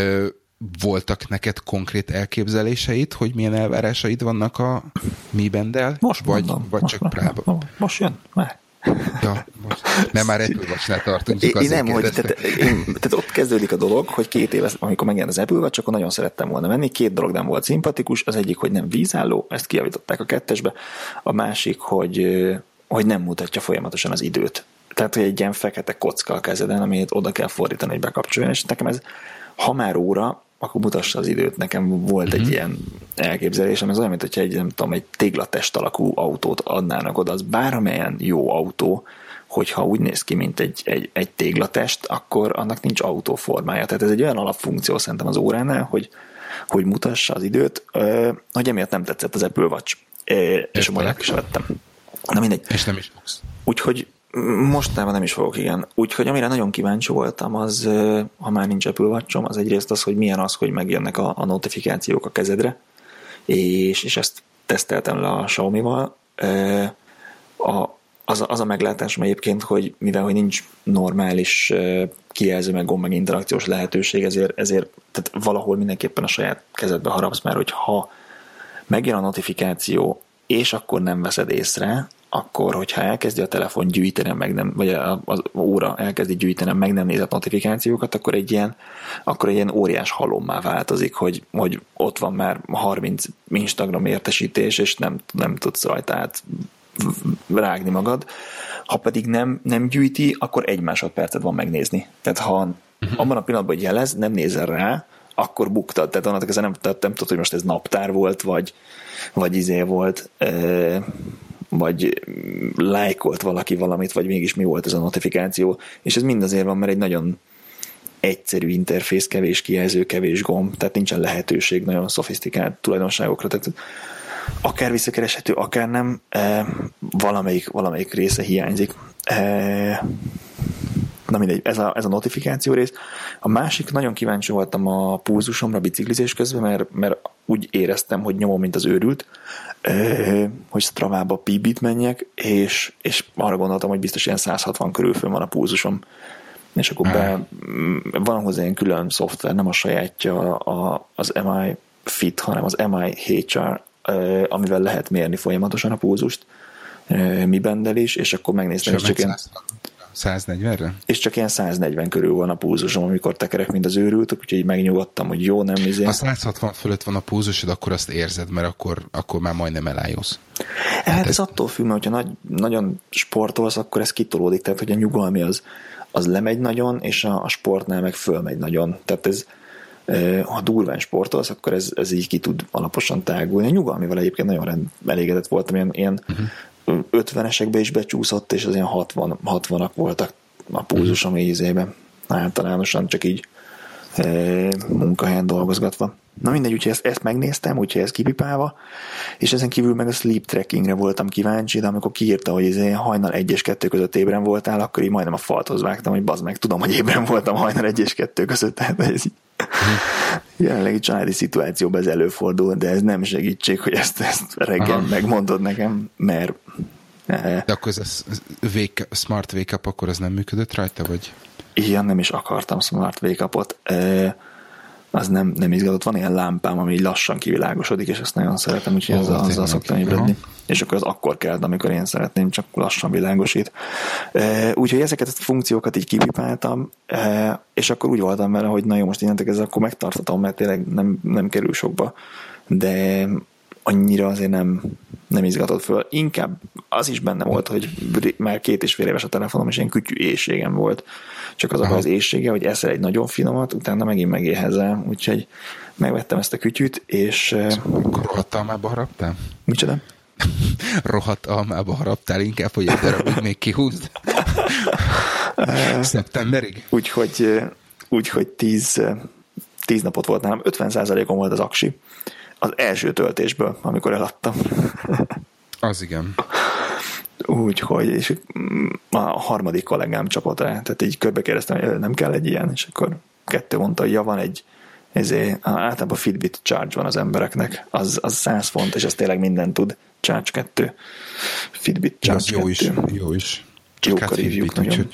Voltak neked konkrét elképzeléseid, hogy milyen elvárásaid vannak a Mi Banddel? Most vagy csak prába? Most jön, már. Ja, most. Nem, már Apple Watch-nál tartunk. Tehát ott kezdődik a dolog, hogy 2 éve, amikor megjelent az Apple Watch, akkor nagyon szerettem volna menni. 2 dolog nem volt szimpatikus. Az egyik, hogy nem vízálló, ezt kijavították a 2-esbe. A másik, hogy nem mutatja folyamatosan az időt. Tehát, hogy egy ilyen fekete kocka a kezeden, amit oda kell fordítani, hogy bekapcsoljon, és nekem ez, ha már óra, akkor mutassa az időt. Nekem volt egy ilyen elképzelésem, ez olyan, mint hogyha egy téglatest alakú autót adnának oda, az bármelyen jó autó, hogyha úgy néz ki, mint egy téglatest, akkor annak nincs autóformája. Tehát ez egy olyan alapfunkció szerintem az óránál, hogy mutassa az időt, hogy emiatt nem tetszett az Apple Watch. És a magyar is vettem. Na mindegy. És nem is fogsz. Úgyhogy mostában nem is fogok, igen. Úgyhogy amire nagyon kíváncsi voltam, az, ha már nincs Apple Watch-om, az egyrészt az, hogy milyen az, hogy megjönnek a notifikációk a kezedre, és ezt teszteltem le a Xiaomi-val. Az a meglátásom egyébként, hogy mivel hogy nincs normális kijelző, meg gomb, meg interakciós lehetőség, ezért tehát valahol mindenképpen a saját kezedbe harapsz, mert hogyha megjön a notifikáció, és akkor nem veszed észre, akkor hogyha elkezdi a telefon gyűjteni, vagy az óra elkezdi gyűjteni meg nem nézett notifikációkat, akkor egy ilyen óriás halommá változik, hogy ott van már 30 Instagram értesítés, és nem tudsz rajta át rágni magad. Ha pedig nem gyűjti, akkor 1 másodpercet van megnézni. Tehát ha abban a pillanatban, hogy jelez, nem nézel rá, akkor buktad. Tehát annak nem tudod, hogy most ez naptár volt, vagy izé volt, vagy lájkolt valaki valamit, vagy mégis mi volt ez a notifikáció. És ez mind azért van, mert egy nagyon egyszerű interfész, kevés kijelző, kevés gomb, tehát nincsen lehetőség nagyon szofisztikált tulajdonságokra. Tehát akár visszakereshető, akár nem, valamelyik része hiányzik. Na mindegy, ez a notifikáció rész. A másik, nagyon kíváncsi voltam a pulzusomra biciklizés közben, mert úgy éreztem, hogy nyomom, mint az őrült, hogy Stravába PB-t menjek, és arra gondoltam, hogy biztos ilyen 160 körül fönn van a pulzusom. És akkor van hozzá ilyen külön szoftver, nem a sajátja az MI Fit, hanem az MI HR, amivel lehet mérni folyamatosan a pulzust, mi bendelés, és akkor megnéztem, és csak ilyen 140-re? És csak ilyen 140 körül van a pulzusom, amikor tekerek, mint az őrült, úgyhogy megnyugodtam, hogy jó, nem izé. Ha 160 fölött van a pulzusod, akkor azt érzed, mert akkor már majdnem elájulsz. Hát ez attól függ, mert hogyha nagyon sportolsz, akkor ez kitolódik, tehát hogy a nyugalmi az lemegy nagyon, és a sportnál meg fölmegy nagyon. Tehát ez, ha durván sportolsz, akkor ez így ki tud alaposan tágulni. A nyugalmival egyébként nagyon elégedett voltam, ilyen 50-esekbe is becsúszott, és az ilyen 60-ak voltak a pulzusom ízében. Általánosan csak így munkahelyen dolgozgatva. Na mindegy, úgyhogy ezt megnéztem, úgyhogy ez kipipálva, és ezen kívül meg a sleep trackingre voltam kíváncsi, de amikor kiírta, hogy hajnal 1 és 2 között ébren voltál, akkor így majdnem a falthoz vágtam, hogy bazd meg, tudom, hogy ébren voltam hajnal 1 és 2 között, tehát ez jelenlegi családi szituációban ez előfordul, de ez nem segítség, hogy ezt reggel megmondod nekem, mert de akkor ez Smart Wake Up, akkor az nem működött rajta, vagy? Igen, nem is akartam Smart Wake Upot. Az nem izgatott. Van ilyen lámpám, ami lassan kivilágosodik, és ezt nagyon szeretem, úgyhogy azzal szoktam ébredni. És akkor az akkor kell, amikor én szeretném, csak lassan világosít. Úgyhogy ezeket a funkciókat így kipipáltam, és akkor úgy voltam vele, hogy na jó, most innentől kezdve akkor megtartatom, mert tényleg nem kerül sokba. De annyira azért nem izgatott föl. Inkább az is benne volt, hogy már 2,5 éves a telefonom, és ilyen kütyű éhségem volt. Csak az éhsége, hogy eszel egy nagyon finomat, utána megint megéhezel. Úgyhogy megvettem ezt a kütyűt, és... Rohadt almába haraptál? Micsoda? Rohadt almába haraptál, inkább, hogy egy darabig még kihúzd. Szeptemberig? Úgyhogy 10 napot volt nálam, 50%-on volt az aksi. Az első töltésből, amikor eladtam. Az igen. Úgyhogy, és a harmadik kollégám csapott rá, tehát így körbe kérdeztem, hogy nem kell egy ilyen, és akkor 2 mondta, hogy ja, van egy, általában Fitbit Charge van az embereknek, az 100 font, és az tényleg mindent tud. Charge 2. Fitbit Charge 2. Jó is. Jók a review-k nagyon.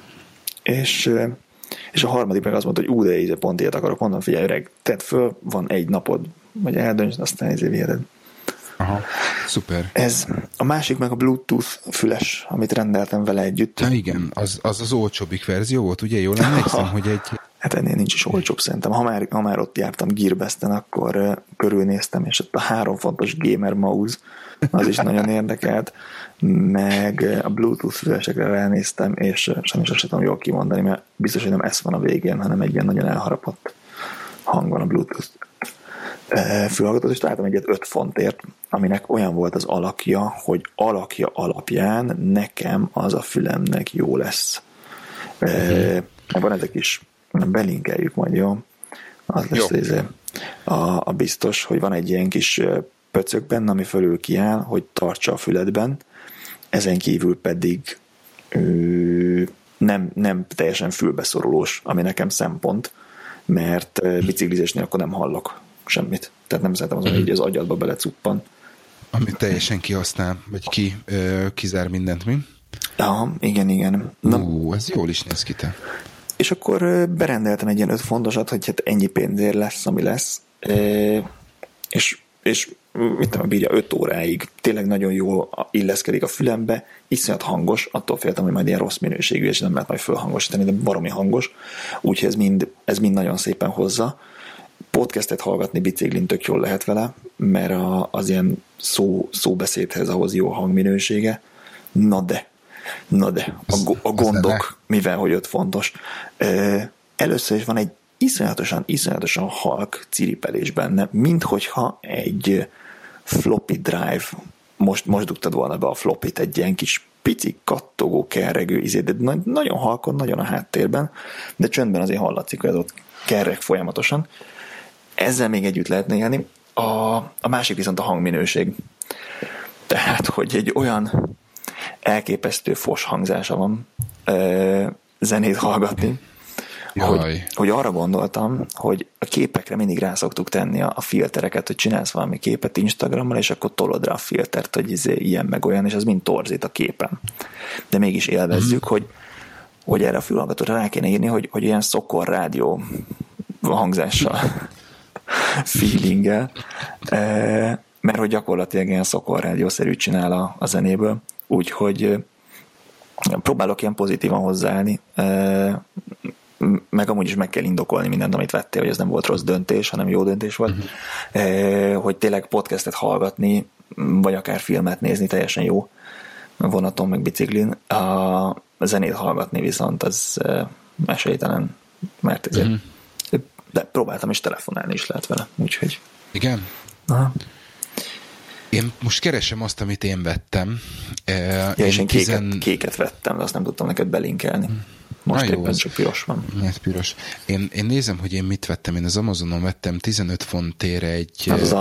És a harmadik meg azt mondta, hogy de pont ilyet akarok, mondom, figyelj öreg, tedd föl, van egy napod, vagy eldöntsd, aztán viheted. Aha, szuper. Ez a másik meg a Bluetooth füles, amit rendeltem vele együtt. Na igen, az olcsóbbik verzió volt, ugye? Jól emlékszem, hogy egy... Hát ennél nincs is olcsóbb szerintem. Ha már ott jártam Gearbest-en, akkor körülnéztem, és ott a 3 fontos gamer mouse, az is nagyon érdekelt, meg a Bluetooth fülesekre ránéztem, és sajnos azt tudom jól kimondani, mert biztos, hogy nem S van a végén, hanem egy ilyen nagyon elharapott hang van a Bluetooth fülhallgatót, és találtam egyet 5 fontért, aminek olyan volt az alakja, hogy alakja alapján nekem az a fülemnek jó lesz. Van ezek is, belinkeljük majd, jó? Az lesz a biztos, hogy van egy ilyen kis pöcök benne, ami fölül kiáll, hogy tartsa a füledben, ezen kívül pedig nem teljesen fülbeszorulós, ami nekem szempont, mert biciklizésnél akkor nem hallok semmit. Tehát nem szeretem azon, hogy az agyadba belecuppan. Amit teljesen kihasznál, vagy kizár mindent, mi? Ja, igen. Ez jól is néz ki te. És akkor berendeltem egy ilyen 5 fontosat, hogy hát ennyi pénzért lesz, ami lesz. És mit tudom, bírja 5 óráig, tényleg nagyon jól illeszkedik a fülembe, iszonyat hangos, attól féltem, hogy majd ilyen rossz minőségű, és nem lehet majd fölhangosítani, de baromi hangos, úgyhogy ez mind nagyon szépen hozza. Podcastet hallgatni biciklin tök jól lehet vele, mert az ilyen szóbeszédhez ahhoz jó hangminősége. Na de, a gondok, mivel hogy ott fontos. Először is van egy iszonyatosan halk ciripelés benne, minthogyha egy floppy drive, most dugtad volna be a floppyt, egy ilyen kis pici kattogó, kerregő de nagyon halkon, nagyon a háttérben, de csöndben azért hallatszik, hogy ez ott kerreg folyamatosan. Ezzel még együtt lehetne élni. A másik viszont a hangminőség. Tehát, hogy egy olyan elképesztő fos hangzása van zenét hallgatni, hogy arra gondoltam, hogy a képekre mindig rá szoktuk tenni a filtereket, hogy csinálsz valami képet Instagrammal, és akkor tolod rá a filtert, hogy ilyen meg olyan, és az mind torzít a képen. De mégis élvezzük, hogy erre a fülhallgatóra rá kéne írni, hogy ilyen szokor rádió hangzással feelinggel, mert hogy gyakorlatilag ilyen szokor rádiószerűt csinál a zenéből, úgyhogy próbálok ilyen pozitívan hozzáállni, meg amúgy is meg kell indokolni mindent, amit vettél, hogy ez nem volt rossz döntés, hanem jó döntés volt, hogy tényleg podcastet hallgatni, vagy akár filmet nézni, teljesen jó vonaton, meg biciklin. A zenét hallgatni viszont az esélytelen, mert ezért de próbáltam is telefonálni is lehet vele, úgyhogy. Igen? Aha. Én most keresem azt, amit én vettem. Én kéket vettem, de azt nem tudtam neked belinkelni. Most éppen csak piros van. Ez piros. Én nézem, hogy én mit vettem. Én az Amazonon vettem 15 fontért egy... Az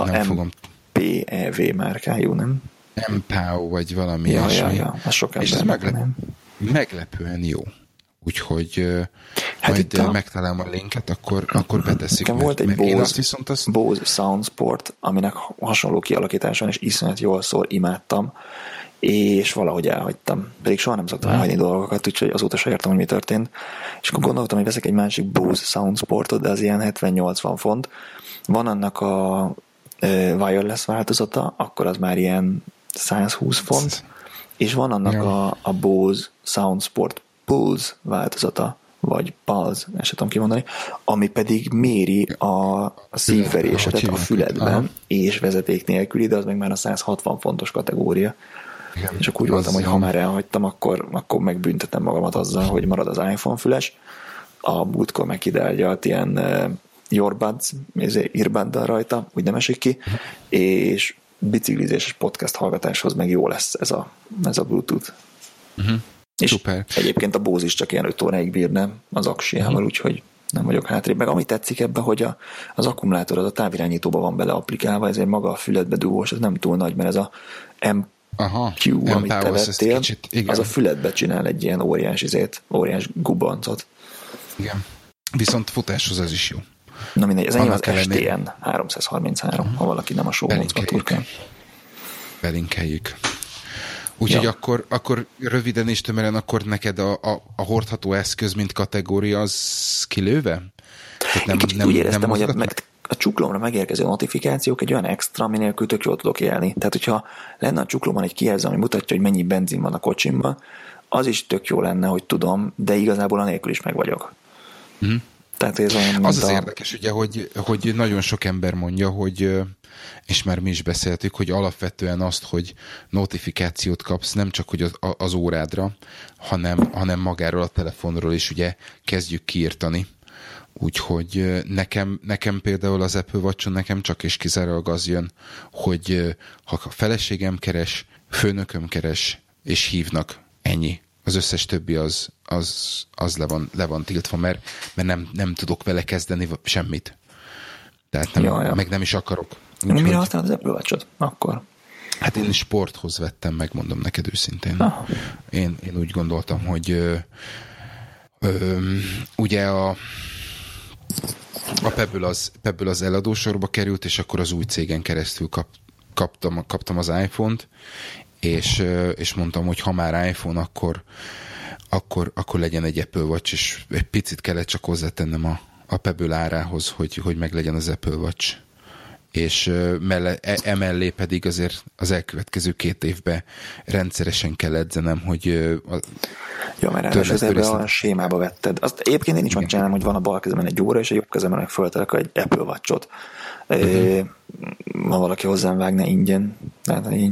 MPEV márkájú, nem? MPAU, vagy valami ilyesmi. Ja. És ez meglepően jó. Úgyhogy majd megtalálom a linket, akkor beteszik. Volt egy Bose Soundsport, aminek hasonló kialakításon és iszonyat jól szól, imádtam, és valahogy elhagytam. Pedig soha nem szoktam elhagyni dolgokat, úgyhogy azóta sem értem, hogy mi történt. És akkor gondoltam, hogy veszek egy másik Bose Soundsportot, de az ilyen 70-80 font. Van annak a wireless változata, akkor az már ilyen 120 font, és van annak a Bose Soundsport Pulse változata, vagy Pulse, ezt sem tudom kimondani, ami pedig méri a szívverésedet a füledben, és vezeték nélküli, de az meg már a 160 fontos kategória. Igen, és akkor úgy voltam, hogy ha már elhagytam, akkor megbüntetem magamat azzal, hogy marad az iPhone füles, a múltkor meg kideágyalt ilyen earbuds, earbuddal rajta, úgy nem esik ki, és biciklizéses podcast hallgatáshoz meg jó lesz ez a Bluetooth. És szuper. Egyébként a Bose is csak ilyen 5 óráig bírne az aksiával, úgyhogy nem vagyok hátrébb. Meg ami tetszik ebben, hogy az akkumulátor az a távirányítóban van bele applikálva, ezért maga a füledbe dugós, ez nem túl nagy, mert ez a MQ, amit te vettél, az a füledbe csinál egy ilyen óriás gubancot. Igen. Viszont futáshoz ez is jó. Na mindegy, ez az STN 333, ha valaki nem a show notes-ba turkál. Belinkeljük. Úgyhogy akkor röviden és tömören, akkor neked a hordható eszköz, mint kategória, az kilőve? Nem úgy éreztem, hogy a csuklomra megérkező notifikációk egy olyan extra, ami nélkül tök jól tudok élni. Tehát, hogyha lenne a csuklomon egy kijelző, ami mutatja, hogy mennyi benzin van a kocsimban, az is tök jó lenne, hogy tudom, de igazából anélkül is meg vagyok. Tehát ez olyan, az érdekes, ugye, hogy nagyon sok ember mondja, hogy és már mi is beszéltük, hogy alapvetően azt, hogy notifikációt kapsz, nem csak hogy az órádra, hanem magáról a telefonról is ugye kezdjük kiírtani. Úgyhogy nekem például az Apple Watch-on nekem csak és kizárólag az jön, hogy ha a feleségem keres, főnököm keres, és hívnak, ennyi. Az összes többi az le van tiltva, mert nem tudok vele kezdeni semmit. Tehát meg nem is akarok. Mire használod az Apple Watch-ot? Akkor? Hát én sporthoz vettem, megmondom neked őszintén. Én úgy gondoltam, hogy ugye a Pebble az eladósorba került, és akkor az új cégen keresztül kaptam az iPhone-t, és mondtam, hogy ha már iPhone, akkor legyen egy Apple Watch, és egy picit kellett csak hozzátennem a Pebble árához, hogy meg legyen az Apple Watch. és emellé pedig azért az elkövetkező 2 évben rendszeresen kell edzenem, hogy ja, mert ráadásul ebben a sémába vetted. Azt egyébként én is megcsinálom, hogy van a bal kezemben egy óra, és a jobb kezemben föltelek egy Apple Watch-ot. Ha valaki hozzám vágna ingyen, tehát így.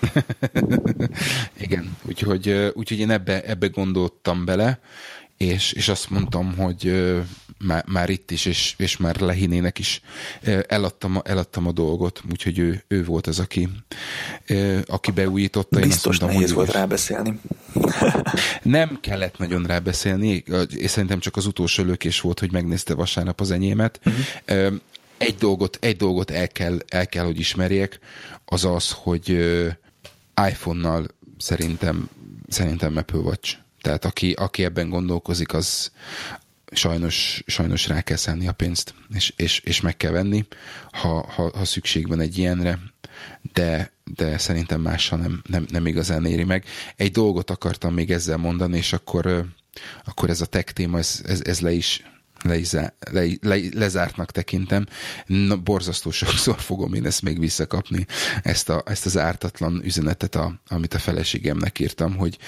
Igen, úgyhogy én ebbe gondoltam bele, és azt mondtam, hogy már itt is, és már Lehinének is eladtam a dolgot, úgyhogy ő volt az, aki beújította. Biztos nehéz volt rábeszélni. Nem kellett nagyon rábeszélni, és szerintem csak az utolsó lökés volt, hogy megnézte vasárnap az enyémet. Egy dolgot el kell, hogy ismerjek, az az, hogy iPhone-nal szerintem Apple Watch. Tehát aki ebben gondolkozik, az sajnos rá kell szállni a pénzt, és meg kell venni, ha szükség van egy ilyenre, de szerintem mással nem igazán éri meg. Egy dolgot akartam még ezzel mondani, és akkor ez a tech téma, ez lezártnak tekintem. Borzasztó sokszor fogom én ezt még visszakapni, ezt az ártatlan üzenetet, amit a feleségemnek írtam, hogy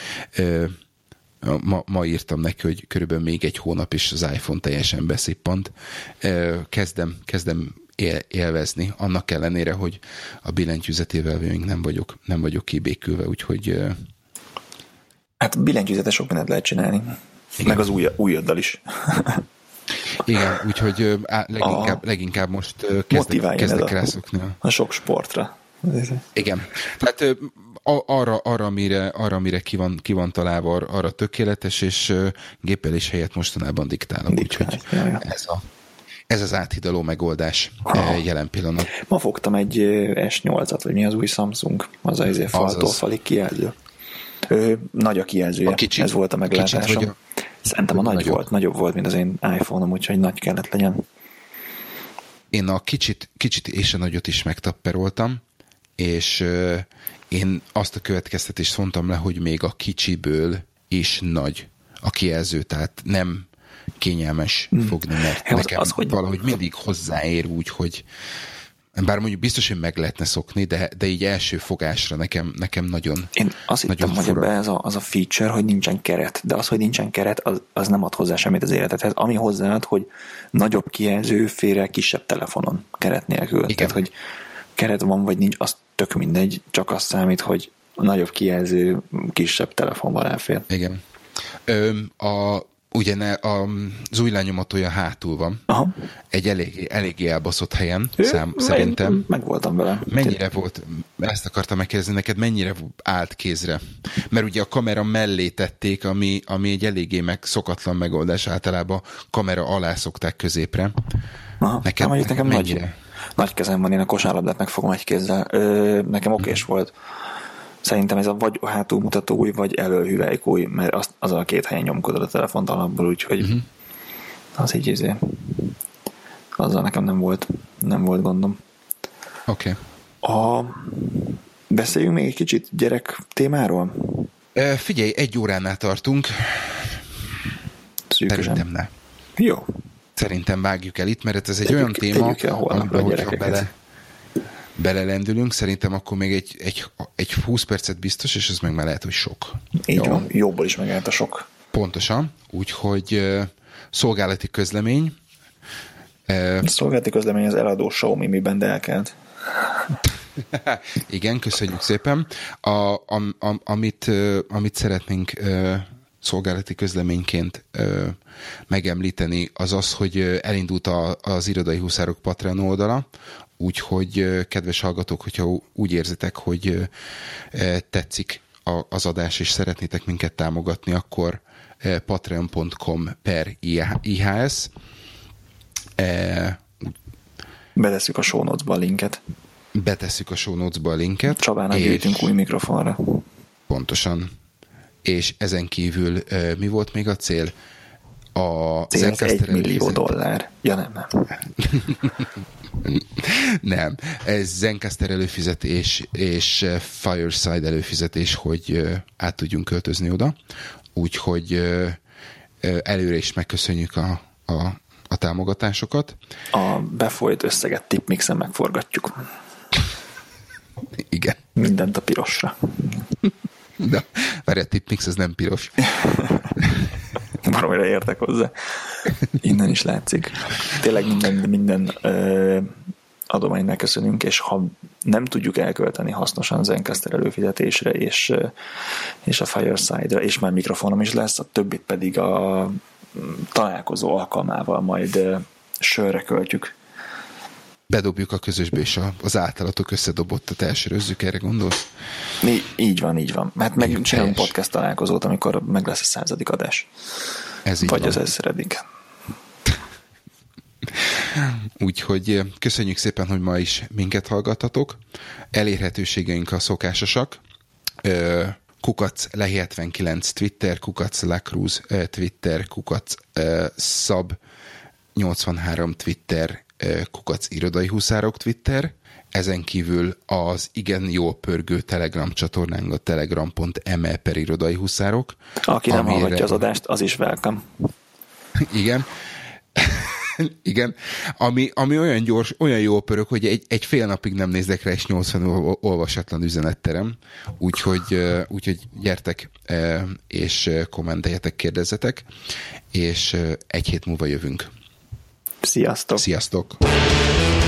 ma írtam neki, hogy körülbelül még 1 hónap is az iPhone teljesen beszippant. Kezdem élvezni, annak ellenére, hogy a billentyűzetével még nem vagyok kibékülve, úgyhogy... Hát billentyűzetes sok mindent lehet csinálni. Igen. Meg az újaddal is. Igen, úgyhogy leginkább most kezdek rászokni. A sok sportra. Igen. Tehát arra, amire ki van találva, arra tökéletes, és gépelés helyett mostanában diktálok. Úgyhogy ez az áthidaló megoldás jelen pillanat. Ma fogtam egy S8-at, vagy mi az új Samsung, az faltól falig kijelző. Nagy a kijelzője, ez volt a meglátásom. Szerintem a nagyobb volt, mint az én iPhone-om, úgyhogy nagy kellett legyen. Én a kicsit és a nagyot is megtapperoltam, és én azt a következtetést vontam le, hogy még a kicsiből is nagy a kijelző, tehát nem kényelmes fogni, mert nekem valahogy mindig hozzáér úgy, hogy bár mondjuk biztos, hogy meg lehetne szokni, de így első fogásra nekem nagyon én azt hittem, hogy ebben az a feature, hogy nincsen keret, de az, hogy nincsen keret, az nem ad hozzá semmit az életedhez. Ami hozzáad, hogy nagyobb kijelző félre kisebb telefonon keret nélkül. Igen. Tehát, hogy keret van, vagy nincs, az tök mindegy, csak az számít, hogy nagyobb kijelző kisebb telefonban elfér. Igen. Ugye az új lenyomatója hátul van. Aha. Egy eléggé elbaszott helyen, szerintem. Meg voltam vele. Mennyire volt, ezt akartam megkérdezni neked, mennyire állt kézre? Mert ugye a kamera mellé tették, ami egy eléggé szokatlan megoldás, általában kamera alá szokták középre. Aha. Nekem nagy kezem van, én a kosárlabdát megfogom egy kézzel. Nekem okés volt. Szerintem ez vagy hátulmutatóúj, vagy elölhüvelykúj, mert az a 2 helyen nyomkodod a telefont alapból, úgyhogy az így azzal nekem nem volt gondom. Oké. Beszéljünk még egy kicsit gyerek témáról? Figyelj, 1 óránál tartunk. Szerintem ne. Jó. Szerintem vágjuk el itt, mert ez egy olyan téma, amiben hogyha belelendülünk, szerintem akkor még egy 20 percet biztos, és ez meg már lehet, hogy sok. Így van, jóból is meg lehet a sok. Pontosan, úgyhogy szolgálati közlemény. Szolgálati közlemény az eladó Xiaomi miben elkelt. Igen, köszönjük szépen. Amit szeretnénk szolgálati közleményként megemlíteni, az, hogy elindult az Irodai Huszárok Patreon oldala, úgyhogy kedves hallgatók, hogyha úgy érzitek, hogy tetszik az adás, és szeretnétek minket támogatni, akkor patreon.com/ihs. Betesszük a show notes-ba a linket. Betesszük a show notes-ba a linket. Csabának gyűjtünk új mikrofonra. Pontosan. És ezen kívül mi volt még a cél? A cél $1 millió. Ja, nem. Nem. Ez Zencastr előfizetés és Fireside előfizetés, hogy át tudjunk költözni oda. Úgyhogy előre is megköszönjük a támogatásokat. A befolyt összeget tipmixen megforgatjuk. Igen. Mindent a pirosra. De várj, a tipmix, ez nem piros. Baromira értek hozzá. Innen is látszik. Tényleg minden adománynak köszönünk, és ha nem tudjuk elkölteni hasznosan Zencastr előfizetésre, és a Fireside-ra, és már mikrofonom is lesz, a többit pedig a találkozó alkalmával majd sörre költjük. Bedobjuk a közösbe, és az általatok összedobottat elsörözzük, erre gondolsz? Így van. Mert megcsinálunk podcast találkozót, amikor meg lesz a 100. adás. Ez így vagy van. Az 1000. Úgyhogy köszönjük szépen, hogy ma is minket hallgattatok. Elérhetőségeink a szokásosak. @Lehi79 Twitter, @Lacruz Twitter, @Szab83 Twitter, @Irodai Huszárok Twitter. Ezen kívül az igen jól pörgő Telegram csatornánk a telegram.me/irodai huszárok. Aki nem hallgatja az adást, az is welcome. Igen. Igen, ami olyan gyors, olyan jó pörög, hogy egy fél napig nem nézek rá, és 80 olvasatlan üzenetterem, úgyhogy gyertek, és kommenteljetek, kérdezzetek, és egy hét múlva jövünk. Sziasztok! Sziasztok!